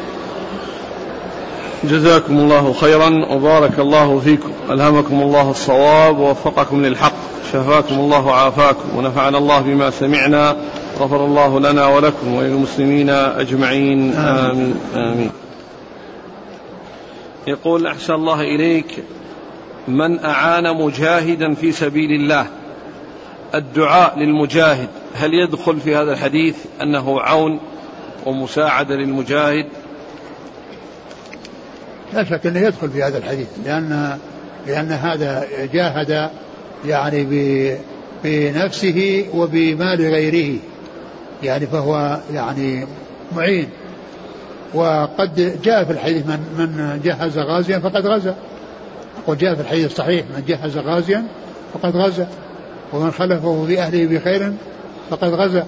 جزاكم الله خيرا وبارك الله فيكم، ألهمكم الله الصواب ووفقكم للحق، شفاكم الله وعافاكم، ونفعنا الله بما سمعنا، غفر الله لنا ولكم وللمسلمين أجمعين. آمين آمين. يقول أحسن الله إليك، من أعان مجاهدا في سبيل الله، الدعاء للمجاهد هل يدخل في هذا الحديث أنه عون ومساعدة للمجاهد؟ لا شك أنه يدخل في هذا الحديث، لأن هذا جاهد يعني بنفسه وبمال غيره، يعني فهو يعني معين. وقد جاء في الحديث من جهز غازيا فقد غزا، وجاء في الحديث الصحيح من جهز غازيا فقد غزا، ومن خلفه في أهله بخير فقد غزا.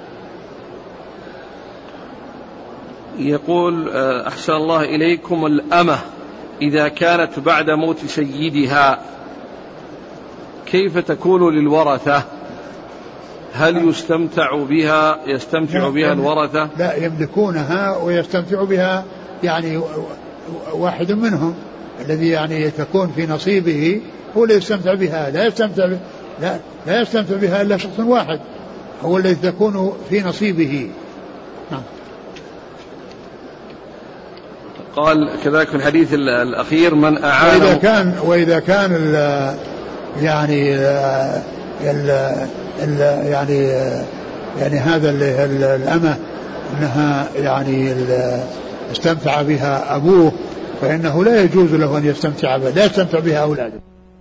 يقول أحسن الله إليكم، الأمة إذا كانت بعد موت سيدها كيف تكون للورثة؟ هل يستمتع بها الورثة؟ لا، يملكونها ويستمتع بها، يعني واحد منهم الذي يعني تكون في نصيبه هو الذي يستمتع بها، لا يستمتع بها إلا شخص واحد هو الذي تكون في نصيبه. نعم. قال كذلك في الحديث الأخير من أعان، وإذا كان يعني هذا الأمة أنها يعني استمتع بها أبوه، فإنه لا يجوز له أن يستمتع بها، لا يستمتع بها أولاده.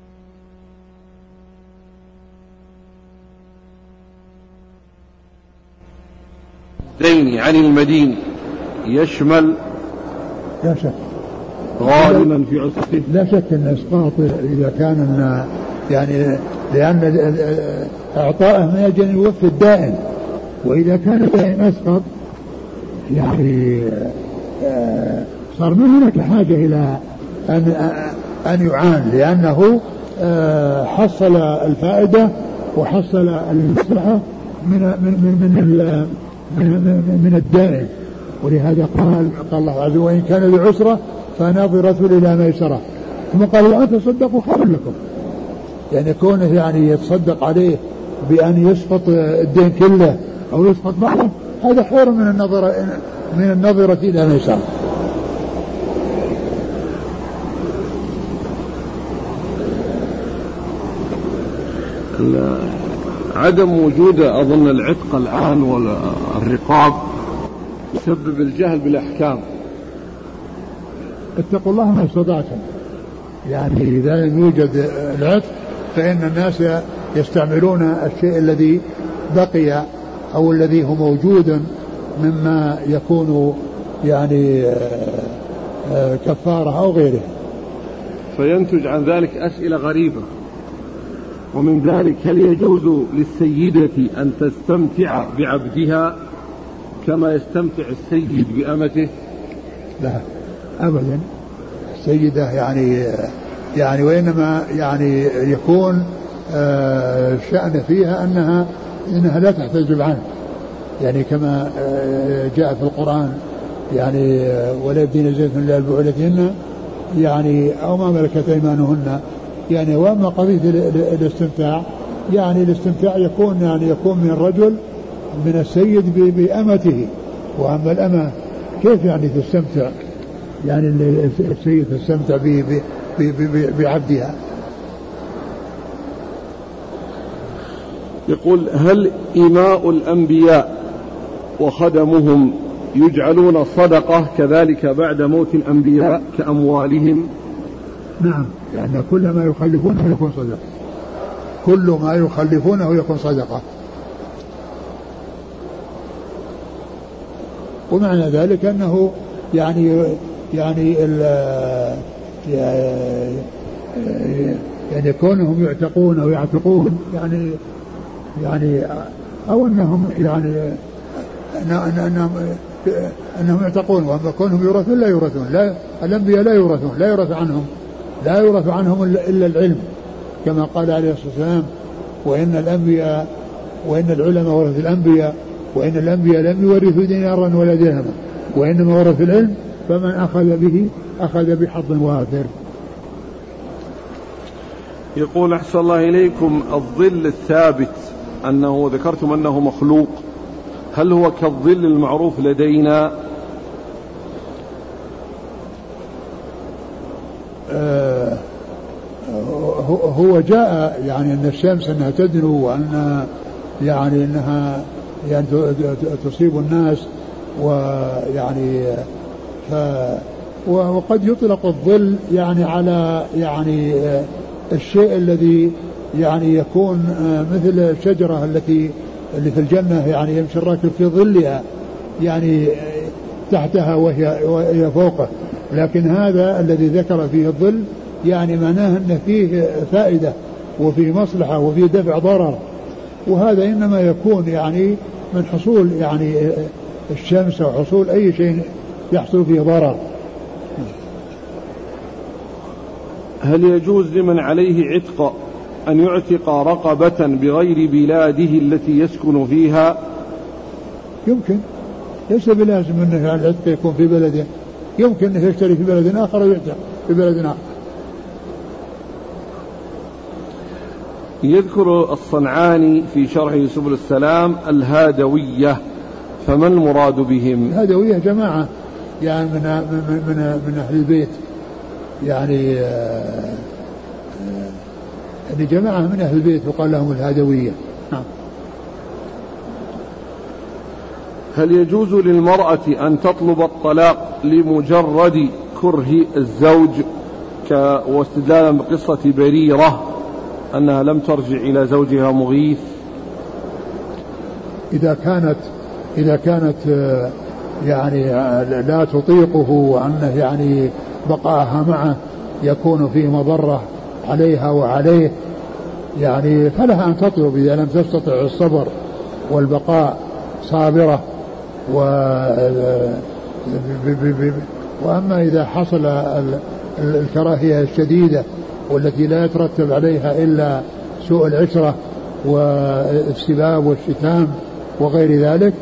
دين عن المدين يشمل لا شك غالبا في عسقه، لا شك أن إسقاط إذا كان يعني لأن إعطاءه ما يجب أن يوفي الدائن، وإذا كان الدائن أسقط يعني صار ما هناك حاجة إلى أن يعان، لأنه حصل الفائدة وحصل المصلحة من الدائن. ولهذا قال الله عز وجل وإن كان لعسرة فناظرة إلى ميسرة، ثم قال وأن تصدقوا خير لكم، يعني كونه يعني يتصدق عليه بأن يسقط الدين كله أو يسقط بعضه، هذا خير من النظرة إلى ميسرة. عدم وجود أظن العتق الآن والرقاب يسبب الجهل بالأحكام. اتقوا الله ما استطعتم، يعني إذا لم يوجد العتق فإن الناس يستعملون الشيء الذي بقي أو الذي هو موجود مما يكون يعني كفارة أو غيره، فينتج عن ذلك أسئلة غريبة. ومن ذلك هل يجوز للسيدة أن تستمتع بعبدها كما يستمتع السيد بأمته؟ لا أبدا، السيدة يعني وإنما يعني يكون شأن فيها إنها لا تحتجب عنه، يعني كما جاء في القرآن يعني ولا يبدين زينتهن إلا لبعولتهن يعني أو ما ملكت أيمانهن يعني. وأما قضية الاستمتاع يعني الاستمتاع يكون من الرجل من السيد بأمته. وأما الأمة كيف يعني تستمتع؟ يعني السيد تستمتع بعبدها. يقول: هل إماء الأنبياء وخدمهم يجعلون صدقة كذلك بعد موت الأنبياء كأموالهم؟ نعم، لأن كل ما يخلفونه يكون صدقة، كل ما يخلفونه يكون صدقة. ومعنى ذلك أنه يعني كونهم يعتقون أو يعتقون يعني أو أنهم أنهم يعتقون. وأما كونهم يورثون لا يورثون، لا الأنبياء لا يورثون، لا يورث عنهم إلا العلم، كما قال عليه الصلاة والسلام: وإن العلماء ورث الأنبياء، وإن الأنبياء لم يورثوا دينارا ولا درهما، وإنما ورث العلم، فمن أخذ به أخذ بحظ وافر. يقول: أحسن الله إليكم، الظل الثابت أنه ذكرتم أنه مخلوق، هل هو كالظل المعروف لدينا؟ هو جاء يعني أن الشمس أنها تدنو، وأن يعني أنها يعني تصيب الناس، ويعني وقد يطلق الظل يعني على يعني الشيء الذي يعني يكون مثل الشجرة اللي في الجنة، يعني يمشي الراكب في ظلها يعني تحتها وهي فوقه. لكن هذا الذي ذكر فيه الظل يعني معناه أن فيه فائدة وفيه مصلحة وفيه دفع ضرر، وهذا إنما يكون يعني من حصول يعني الشمس أو حصول أي شيء يحصل فيه ضرر. هل يجوز لمن عليه عتق أن يعتق رقبة بغير بلاده التي يسكن فيها؟ يمكن، ليس بلازم أنه العتق يكون في بلده، يمكن أنه يشتري في بلد آخر ويعتق في بلد آخر. يذكر الصنعاني في شرحه سبل السلام الهادوية، فما المراد بهم؟ الهادوية جماعة يعني من أهل البيت، يعني جماعة من أهل البيت وقال لهم الهادوية. هل يجوز للمرأة أن تطلب الطلاق لمجرد كره الزوج واستدلالا بقصة بريرة أنها لم ترجع إلى زوجها مغيث؟ إذا كانت يعني لا تطيقه، وأنه يعني بقاءها معه يكون فيه مضرة عليها وعليه، يعني فلها أن تطلب إذا لم تستطع الصبر والبقاء صابرة. وأما إذا حصل الكراهية الشديدة والتي لا يترتب عليها إلا سوء العشرة والسباب والشتام وغير ذلك،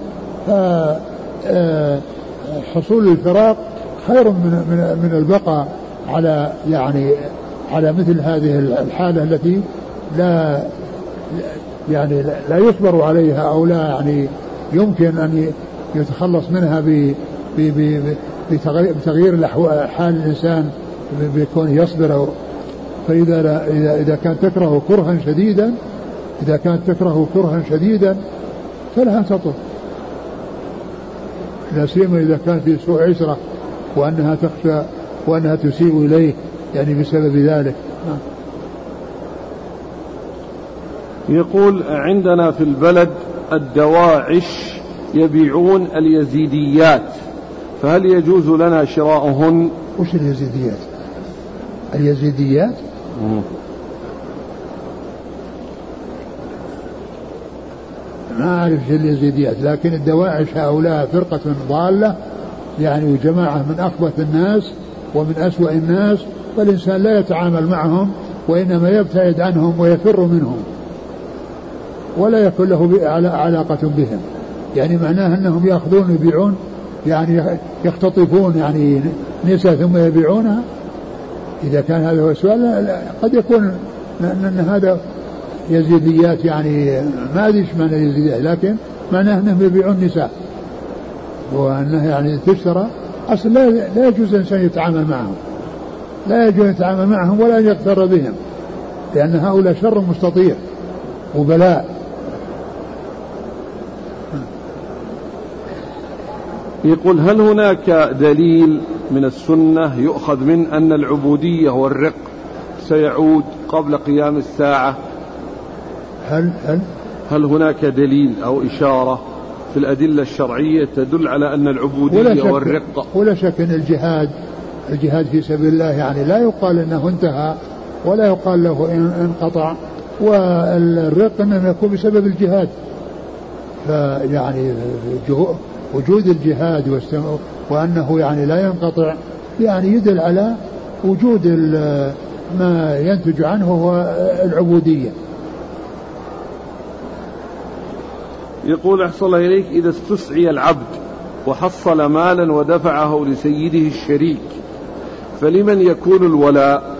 فحصول الفراق خير من البقاء على يعني على مثل هذه الحالة التي لا يعني لا يصبر عليها، أو لا يعني يمكن أن يتخلص منها بتغيير حال الإنسان بكون يصبر. فإذا كانت تكره كرها شديدا فلها تطلب، لا سيما إذا كان في سوء عسرة وأنها تخشى وأنها تسيء إليه يعني بسبب ذلك. يقول: عندنا في البلد الدواعش يبيعون اليزيديات، فهل يجوز لنا شراؤهن؟ وش اليزيديات؟ ما أعرف شيء اليزيديات، لكن الدواعش هؤلاء فرقة ضالة يعني جماعة من أخبث الناس ومن أسوأ الناس، فالإنسان لا يتعامل معهم وإنما يبتعد عنهم ويفر منهم ولا يكون له علاقة بهم. يعني معناه أنهم يأخذون ويبيعون، يعني يختطفون يعني نساء ثم يبيعونها. إذا كان هذا هو السؤال قد يكون أن هذا يزيديات، يعني ما أدري إيش معنى يزيديات، لكن معناه أنهم يبيعون النساء، وأنه يعني تشترى أصلا لا يجوز الإنسان يتعامل معهم، لا يجوز يتعامل معهم ولا يغتر بهم، لأن هؤلاء شر مستطير وبلاء. يقول هل هناك دليل من السنة يؤخذ من أن العبودية والرق سيعود قبل قيام الساعة؟ هل هناك دليل أو إشارة في الأدلة الشرعية تدل على أن العبودية والرق؟ ولا شك أن الجهاد في سبيل الله يعني لا يقال أنه انتهى ولا يقال له انقطع، والرق إنما يكون بسبب الجهاد. فيعني وجود الجهاد وأنه يعني لا ينقطع يعني يدل على وجود ما ينتج عنه هو العبودية. يقول أحسن الله إليك إذا استسعي العبد وحصل مالا ودفعه لسيده الشريك فلمن يكون الولاء؟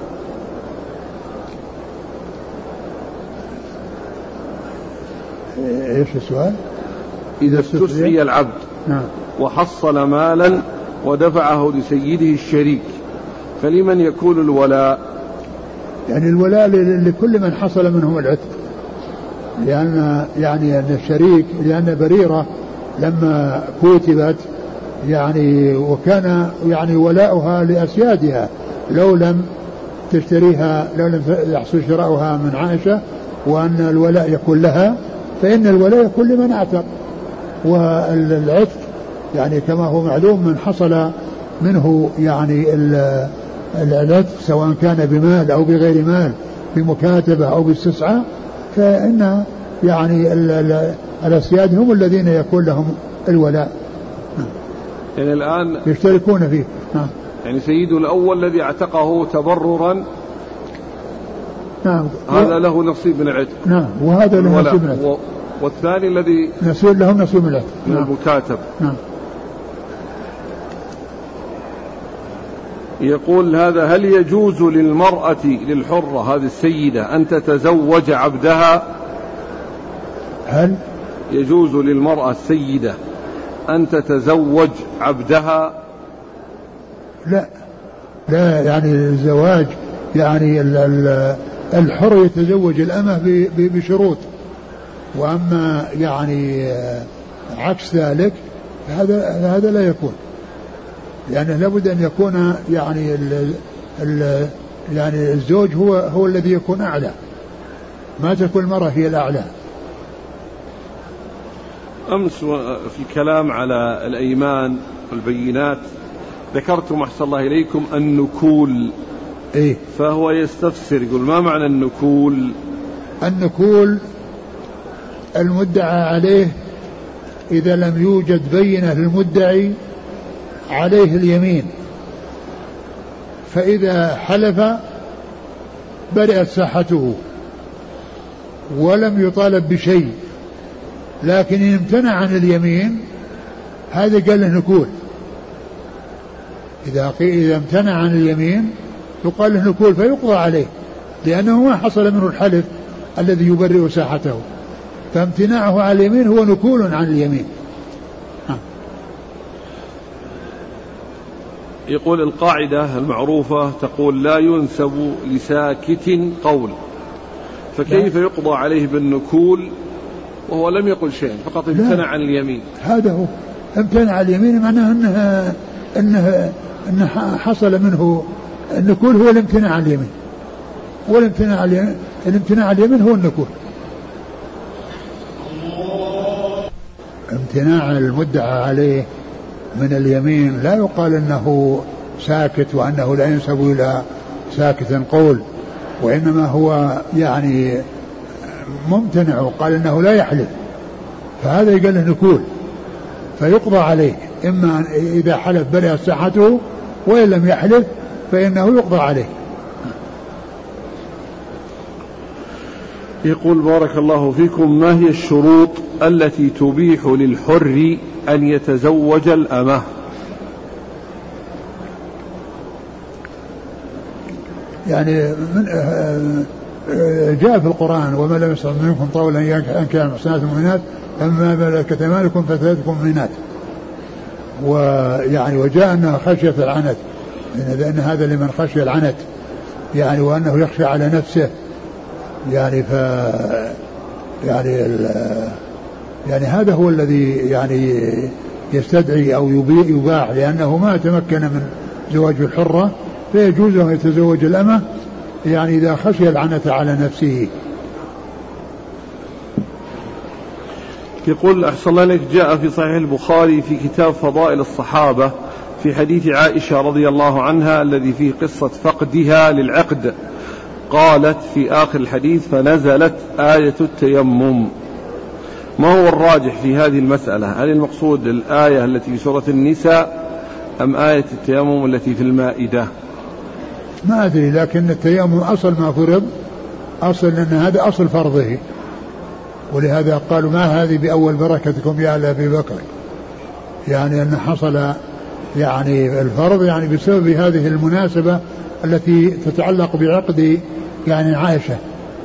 ايش السؤال؟ إذا استسعي العبد وحصل مالا ودفعه لسيده الشريك فلمن يكون الولاء؟ يعني الولاء لكل من حصل منهم العتق، لأن يعني أن الشريك لأن بريرة لما كتبت يعني وكان يعني ولاؤها لأسيادها لو لم تشتريها، لو لم يحصل شراؤها من عائشة وأن الولاء يكون لها، فإن الولاء يكون لمن اعتق. والعتق يعني كما هو معلوم من حصل منه يعني العتق سواء كان بمال أو بغير مال بمكاتبة أو باستسعاء، فإن يعني الأسياد هم الذين يكون لهم الولاء، يعني الآن يشتركون فيه. يعني سيده الأول الذي اعتقه تبررا هذا له نصيب من العتق، وهذا له نصيب من العتق، والثاني الذي لهم نصيب من العتق من المكاتب. يقول هذا هل يجوز للمرأة للحرة هذه السيدة أن تتزوج عبدها؟ هل يجوز للمرأة السيدة أن تتزوج عبدها؟ لا يعني الزواج يعني الحر يتزوج الأمة بشروط، وأما يعني عكس ذلك هذا لا يكون، لأنه لابد أن يكون يعني الزوج هو الذي يكون أعلى، ما تكون المرأة هي الأعلى. أمس في الكلام على الأيمان والبينات ذكرتم أحسن الله إليكم النكول، فهو يستفسر يقول ما معنى النكول؟ النكول المدعى عليه إذا لم يوجد بينة للمدعي عليه اليمين، فإذا حلف بدأت صحته ولم يطالب بشيء، لكن إن امتنع عن اليمين هذا قال له نكول. إذا امتنع عن اليمين يقال له نكول فيقضى عليه، لأنه ما حصل منه الحلف الذي يبرئ ساحته، فامتناعه عن اليمين هو نكول عن اليمين. يقول القاعدة المعروفة تقول لا ينسب لساكت قول، فكيف يقضى عليه بالنكول وهو لم يقل شيء فقط امتنع عن اليمين؟ هذا هو امتنع عن اليمين، معناه أنه حصل منه النكول هو الامتناع عن اليمين، والامتناع عن اليمين هو النكول. امتناع المدعى عليه من اليمين لا يقال أنه ساكت وأنه لا ينسب إلى ساكت قول، وإنما هو يعني ممتنع وقال أنه لا يحلف، فهذا يقال له نكول فيقضى عليه، إما إذا حلف برئت صحته وإن لم يحلف فإنه يقضى عليه. يقول بارك الله فيكم ما هي الشروط التي تبيح للحر أن يتزوج الأمة؟ يعني جاء في القرآن وما لم يستطع منكم طولا أن كان محسنات المؤمنات أما ملكت أيمانكم فثلاثكم مؤمنات. ويعني وجاء أنها خشية العنت لأن هذا لمن خشي العنت يعني وأنه يخشى على نفسه يعني يعني هذا هو الذي يعني يستدعي أو يباح لأنه ما تمكن من زواج الحرة فيجوز له يتزوج الأمة يعني إذا خشي العنة على نفسه. يقول أحسن الله لك جاء في صحيح البخاري في كتاب فضائل الصحابة في حديث عائشة رضي الله عنها الذي فيه قصة فقدها للعقد قالت في آخر الحديث فنزلت آية التيمم. ما هو الراجح في هذه المسألة؟ هل المقصود الآية التي في سورة النساء أم آية التيمم التي في المائدة؟ ما أدري لكن التيمم أصل ما فرض أصل أن هذا أصل فرضه ولهذا قالوا ما هذه بأول بركتكم يا آل أبي بكر يعني أن حصل يعني الفرض يعني بسبب هذه المناسبة التي تتعلق بعقد يعني عائشة.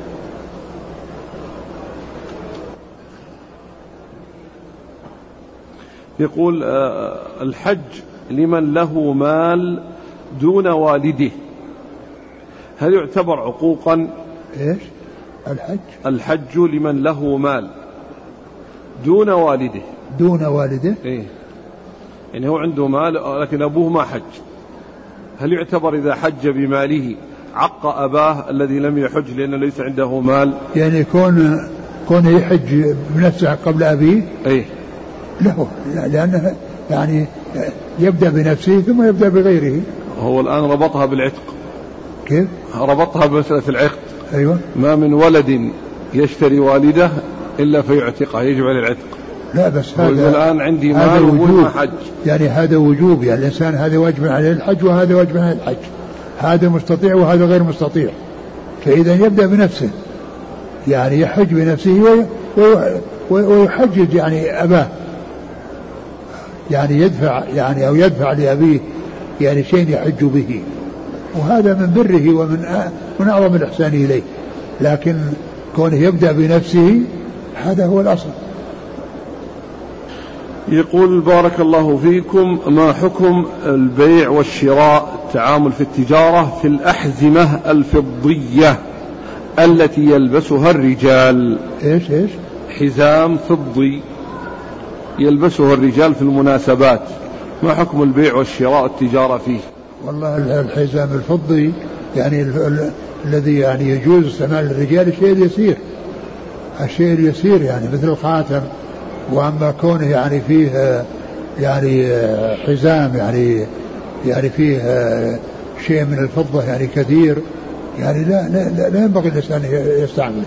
يقول الحج لمن له مال دون والده هل يعتبر عقوقا؟ إيش الحج لمن له مال دون والده إيه؟ يعني هو عنده مال لكن أبوه ما حج هل يعتبر إذا حج بماله عق أباه الذي لم يحج لأنه ليس عنده مال؟ يعني كون يحج بنفسه قبل أبيه إيه؟ له لأنه يعني يبدأ بنفسه ثم يبدأ بغيره. هو الآن ربطها بالعتق. كيف؟ ربطها بمسألة العقد. أيوة. ما من ولد يشتري والده إلا فيعتقه يجب على العتق. لا بس هذا الآن عندي مال وما حج يعني هذا وجوب يعني الإنسان هذا واجب عليه الحج وهذا واجب عليه الحج هذا مستطيع وهذا غير مستطيع فإذا يبدأ بنفسه يعني يحج بنفسه ويحجج يعني أباه يعني يدفع يعني أو يدفع لأبيه يعني شيء يحج به وهذا من بره ومن أعظم الإحسان إليه لكن كونه يبدأ بنفسه هذا هو الأصل. يقول بارك الله فيكم ما حكم البيع والشراء التعامل في التجارة في الأحزمة الفضية التي يلبسها الرجال؟ إيش حزام فضي يلبسه الرجال في المناسبات ما حكم البيع والشراء التجارة فيه؟ والله الحزام الفضي يعني الذي يعني يجوز استعمال الرجال الشيء اليسير يعني مثل الخاتم وأما كونه يعني فيه يعني حزام يعني فيه شيء من الفضة يعني كثير يعني لا ينبغي الإنسان يستعمله.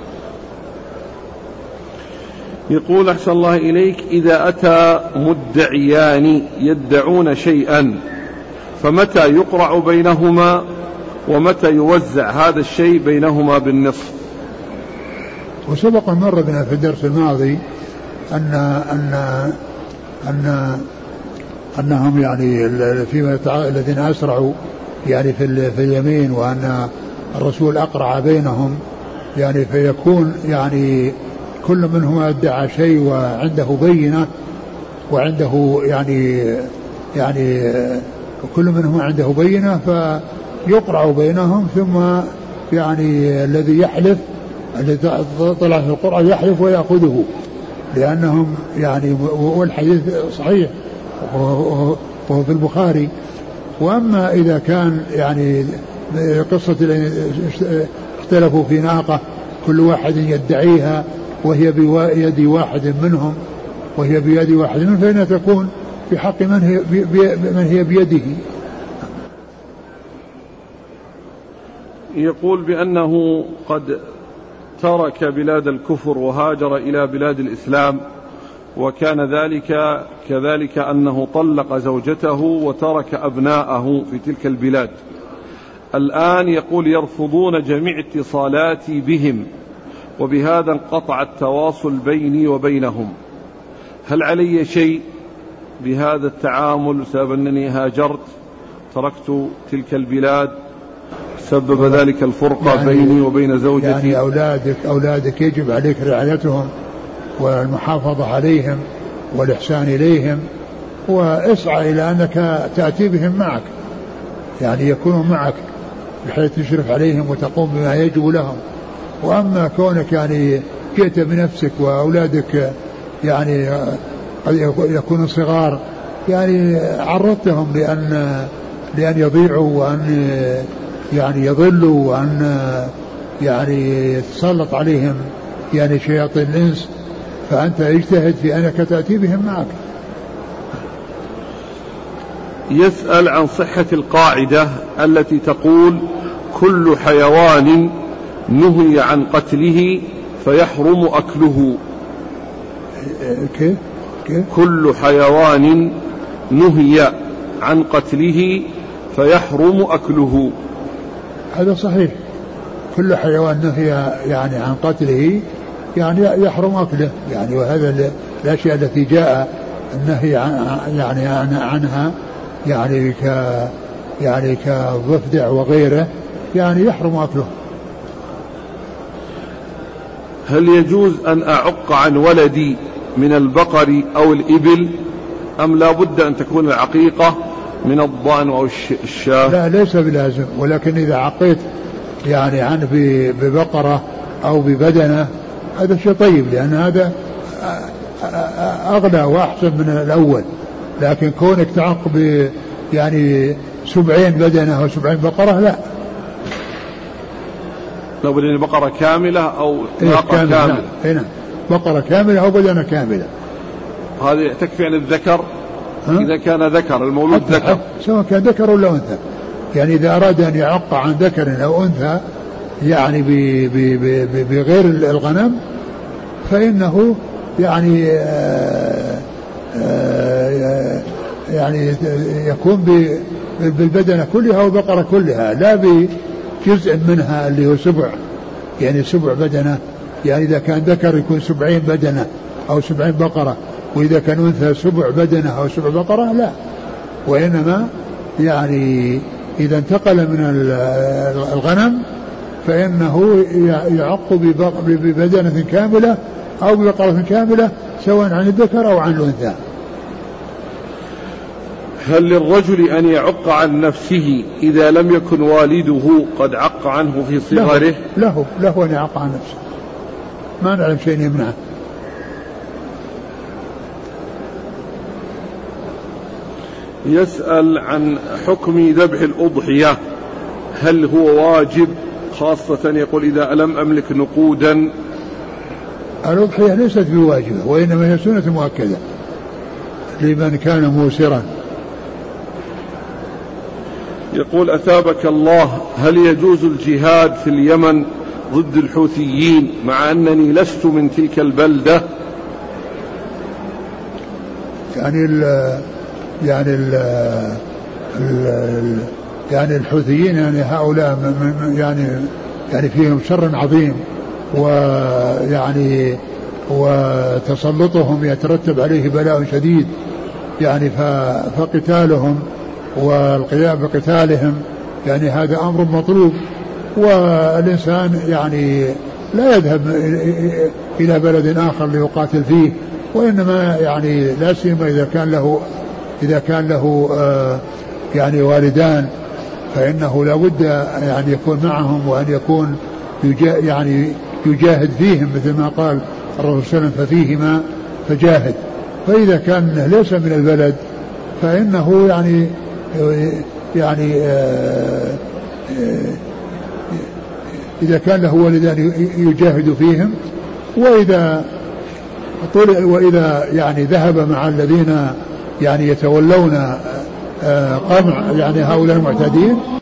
يقول أحسن الله إليك إذا أتى مدعيان يدعون شيئا فمتى يقرع بينهما ومتى يوزع هذا الشيء بينهما بالنصف؟ وسبق مر بنا في الدرس الماضي أنهم يعني الذين أسرعوا يعني في اليمين وأن الرسول أقرع بينهم يعني فيكون يعني كل منهما ادعى شيء وعنده بينة وعنده يعني كل منهما عنده بينة فيقرع بينهم ثم يعني الذي يحلف الذي طلع في القرعة يحلف ويأخذه لأنهم يعني والحديث صحيح وهو في البخاري. وأما إذا كان يعني قصة اختلفوا في ناقة كل واحد يدعيها وهي بيد واحد منهم فإنها تكون في حق من هي بيده. يقول بأنه قد ترك بلاد الكفر وهاجر إلى بلاد الإسلام وكان ذلك كذلك أنه طلق زوجته وترك أبناءه في تلك البلاد. الآن يقول يرفضون جميع اتصالاتي بهم وبهذا انقطع التواصل بيني وبينهم هل علي شيء بهذا التعامل بسبب أنني هاجرت تركت تلك البلاد سبب ذلك الفرقة يعني بيني وبين زوجتي. يعني أولادك يجب عليك رعايتهم والمحافظة عليهم والإحسان إليهم، واسعى إلى أنك تأتي بهم معك، يعني يكونوا معك بحيث تشرف عليهم وتقوم بما يجب لهم. وأما كونك يعني جئت بنفسك وأولادك يعني قد يكونوا صغار، يعني عرضتهم لأن يضيعوا وأن يعني يضلوا وأن يعني يتسلط عليهم يعني شياطين الإنس، فأنت اجتهد في أنك تأتي بهم معك. يسأل عن صحة القاعدة التي تقول كل حيوان نهي عن قتله فيحرم أكله. كيف؟ كل حيوان نهي عن قتله فيحرم أكله. هذا صحيح، كل حيوان نهي يعني عن قتله يعني يحرم أكله، يعني وهذا الأشياء التي جاء النهي عنها يعني كالضفدع وغيره يعني يحرم أكله. هل يجوز أن أعق عن ولدي من البقر أو الإبل أم لا بد أن تكون العقيقة من الضأن أو الشاة؟ لا، ليس بلازم، ولكن إذا عقيت يعني عنه ببقرة أو ببدنة هذا شيء طيب، لأن هذا أغلى وأحسن من الأول. لكن كونك تعق يعني 70 بدنة أو 70 بقرة لا. لو بدنا بقرة كاملة أو ناقة كاملة. هنا بقرة كاملة أو بدنة كاملة. هذه تكفي عن الذكر إذا كان ذكر المولود ذكر، سواء كان ذكر ولا أنثى. يعني إذا أراد أن يعق عن ذكر أو أنثى يعني بغير الغنم فإنه يعني يعني يكون بالبدنة كلها والبقرة كلها، لا بجزء منها اللي هو سبع، يعني سبع بدنة. يعني إذا كان ذكر يكون 70 بدنة أو 70 بقرة، وإذا كان أنثى سبع بدنة أو 7 بقرة لا. وإنما يعني إذا انتقل من الغنم فإنه يعق ببدنة كاملة أو ببقرة كاملة سواء عن الذكر أو عن الأنثى. هل للرجل أن يعق عن نفسه إذا لم يكن والده قد عق عنه في صغره؟ له أن يعق عن نفسه، ما نعلم شيء يمنعه. يسأل عن حكم ذبح الأضحية، هل هو واجب؟ خاصة يقول إذا لم أملك نقودا. الأضحية ليست بواجبة، وإنما هي سنة مؤكدة لمن كان موسرا. يقول أثابك الله، هل يجوز الجهاد في اليمن ضد الحوثيين مع أنني لست من تلك البلدة؟ يعني الحوثيين يعني هؤلاء يعني فيهم شر عظيم، ويعني وتسلطهم يترتب عليه بلاء شديد، يعني فقتالهم والقيام بقتالهم يعني هذا أمر مطلوب. والإنسان يعني لا يذهب إلى بلد آخر ليقاتل فيه، وإنما يعني لا سيما إذا كان له يعني والدان فإنه لا بد يعني يكون معهم وأن يكون يعني يجاهد فيهم مثل ما قال الرسول صلى الله عليه وسلم ففيهما فجاهد. فإذا كان ليس من البلد فإنه يعني إذا كان له والدان يجاهد فيهم، وإذا يعني ذهب مع الذين يعني يتولون قمع يعني هؤلاء المعتدين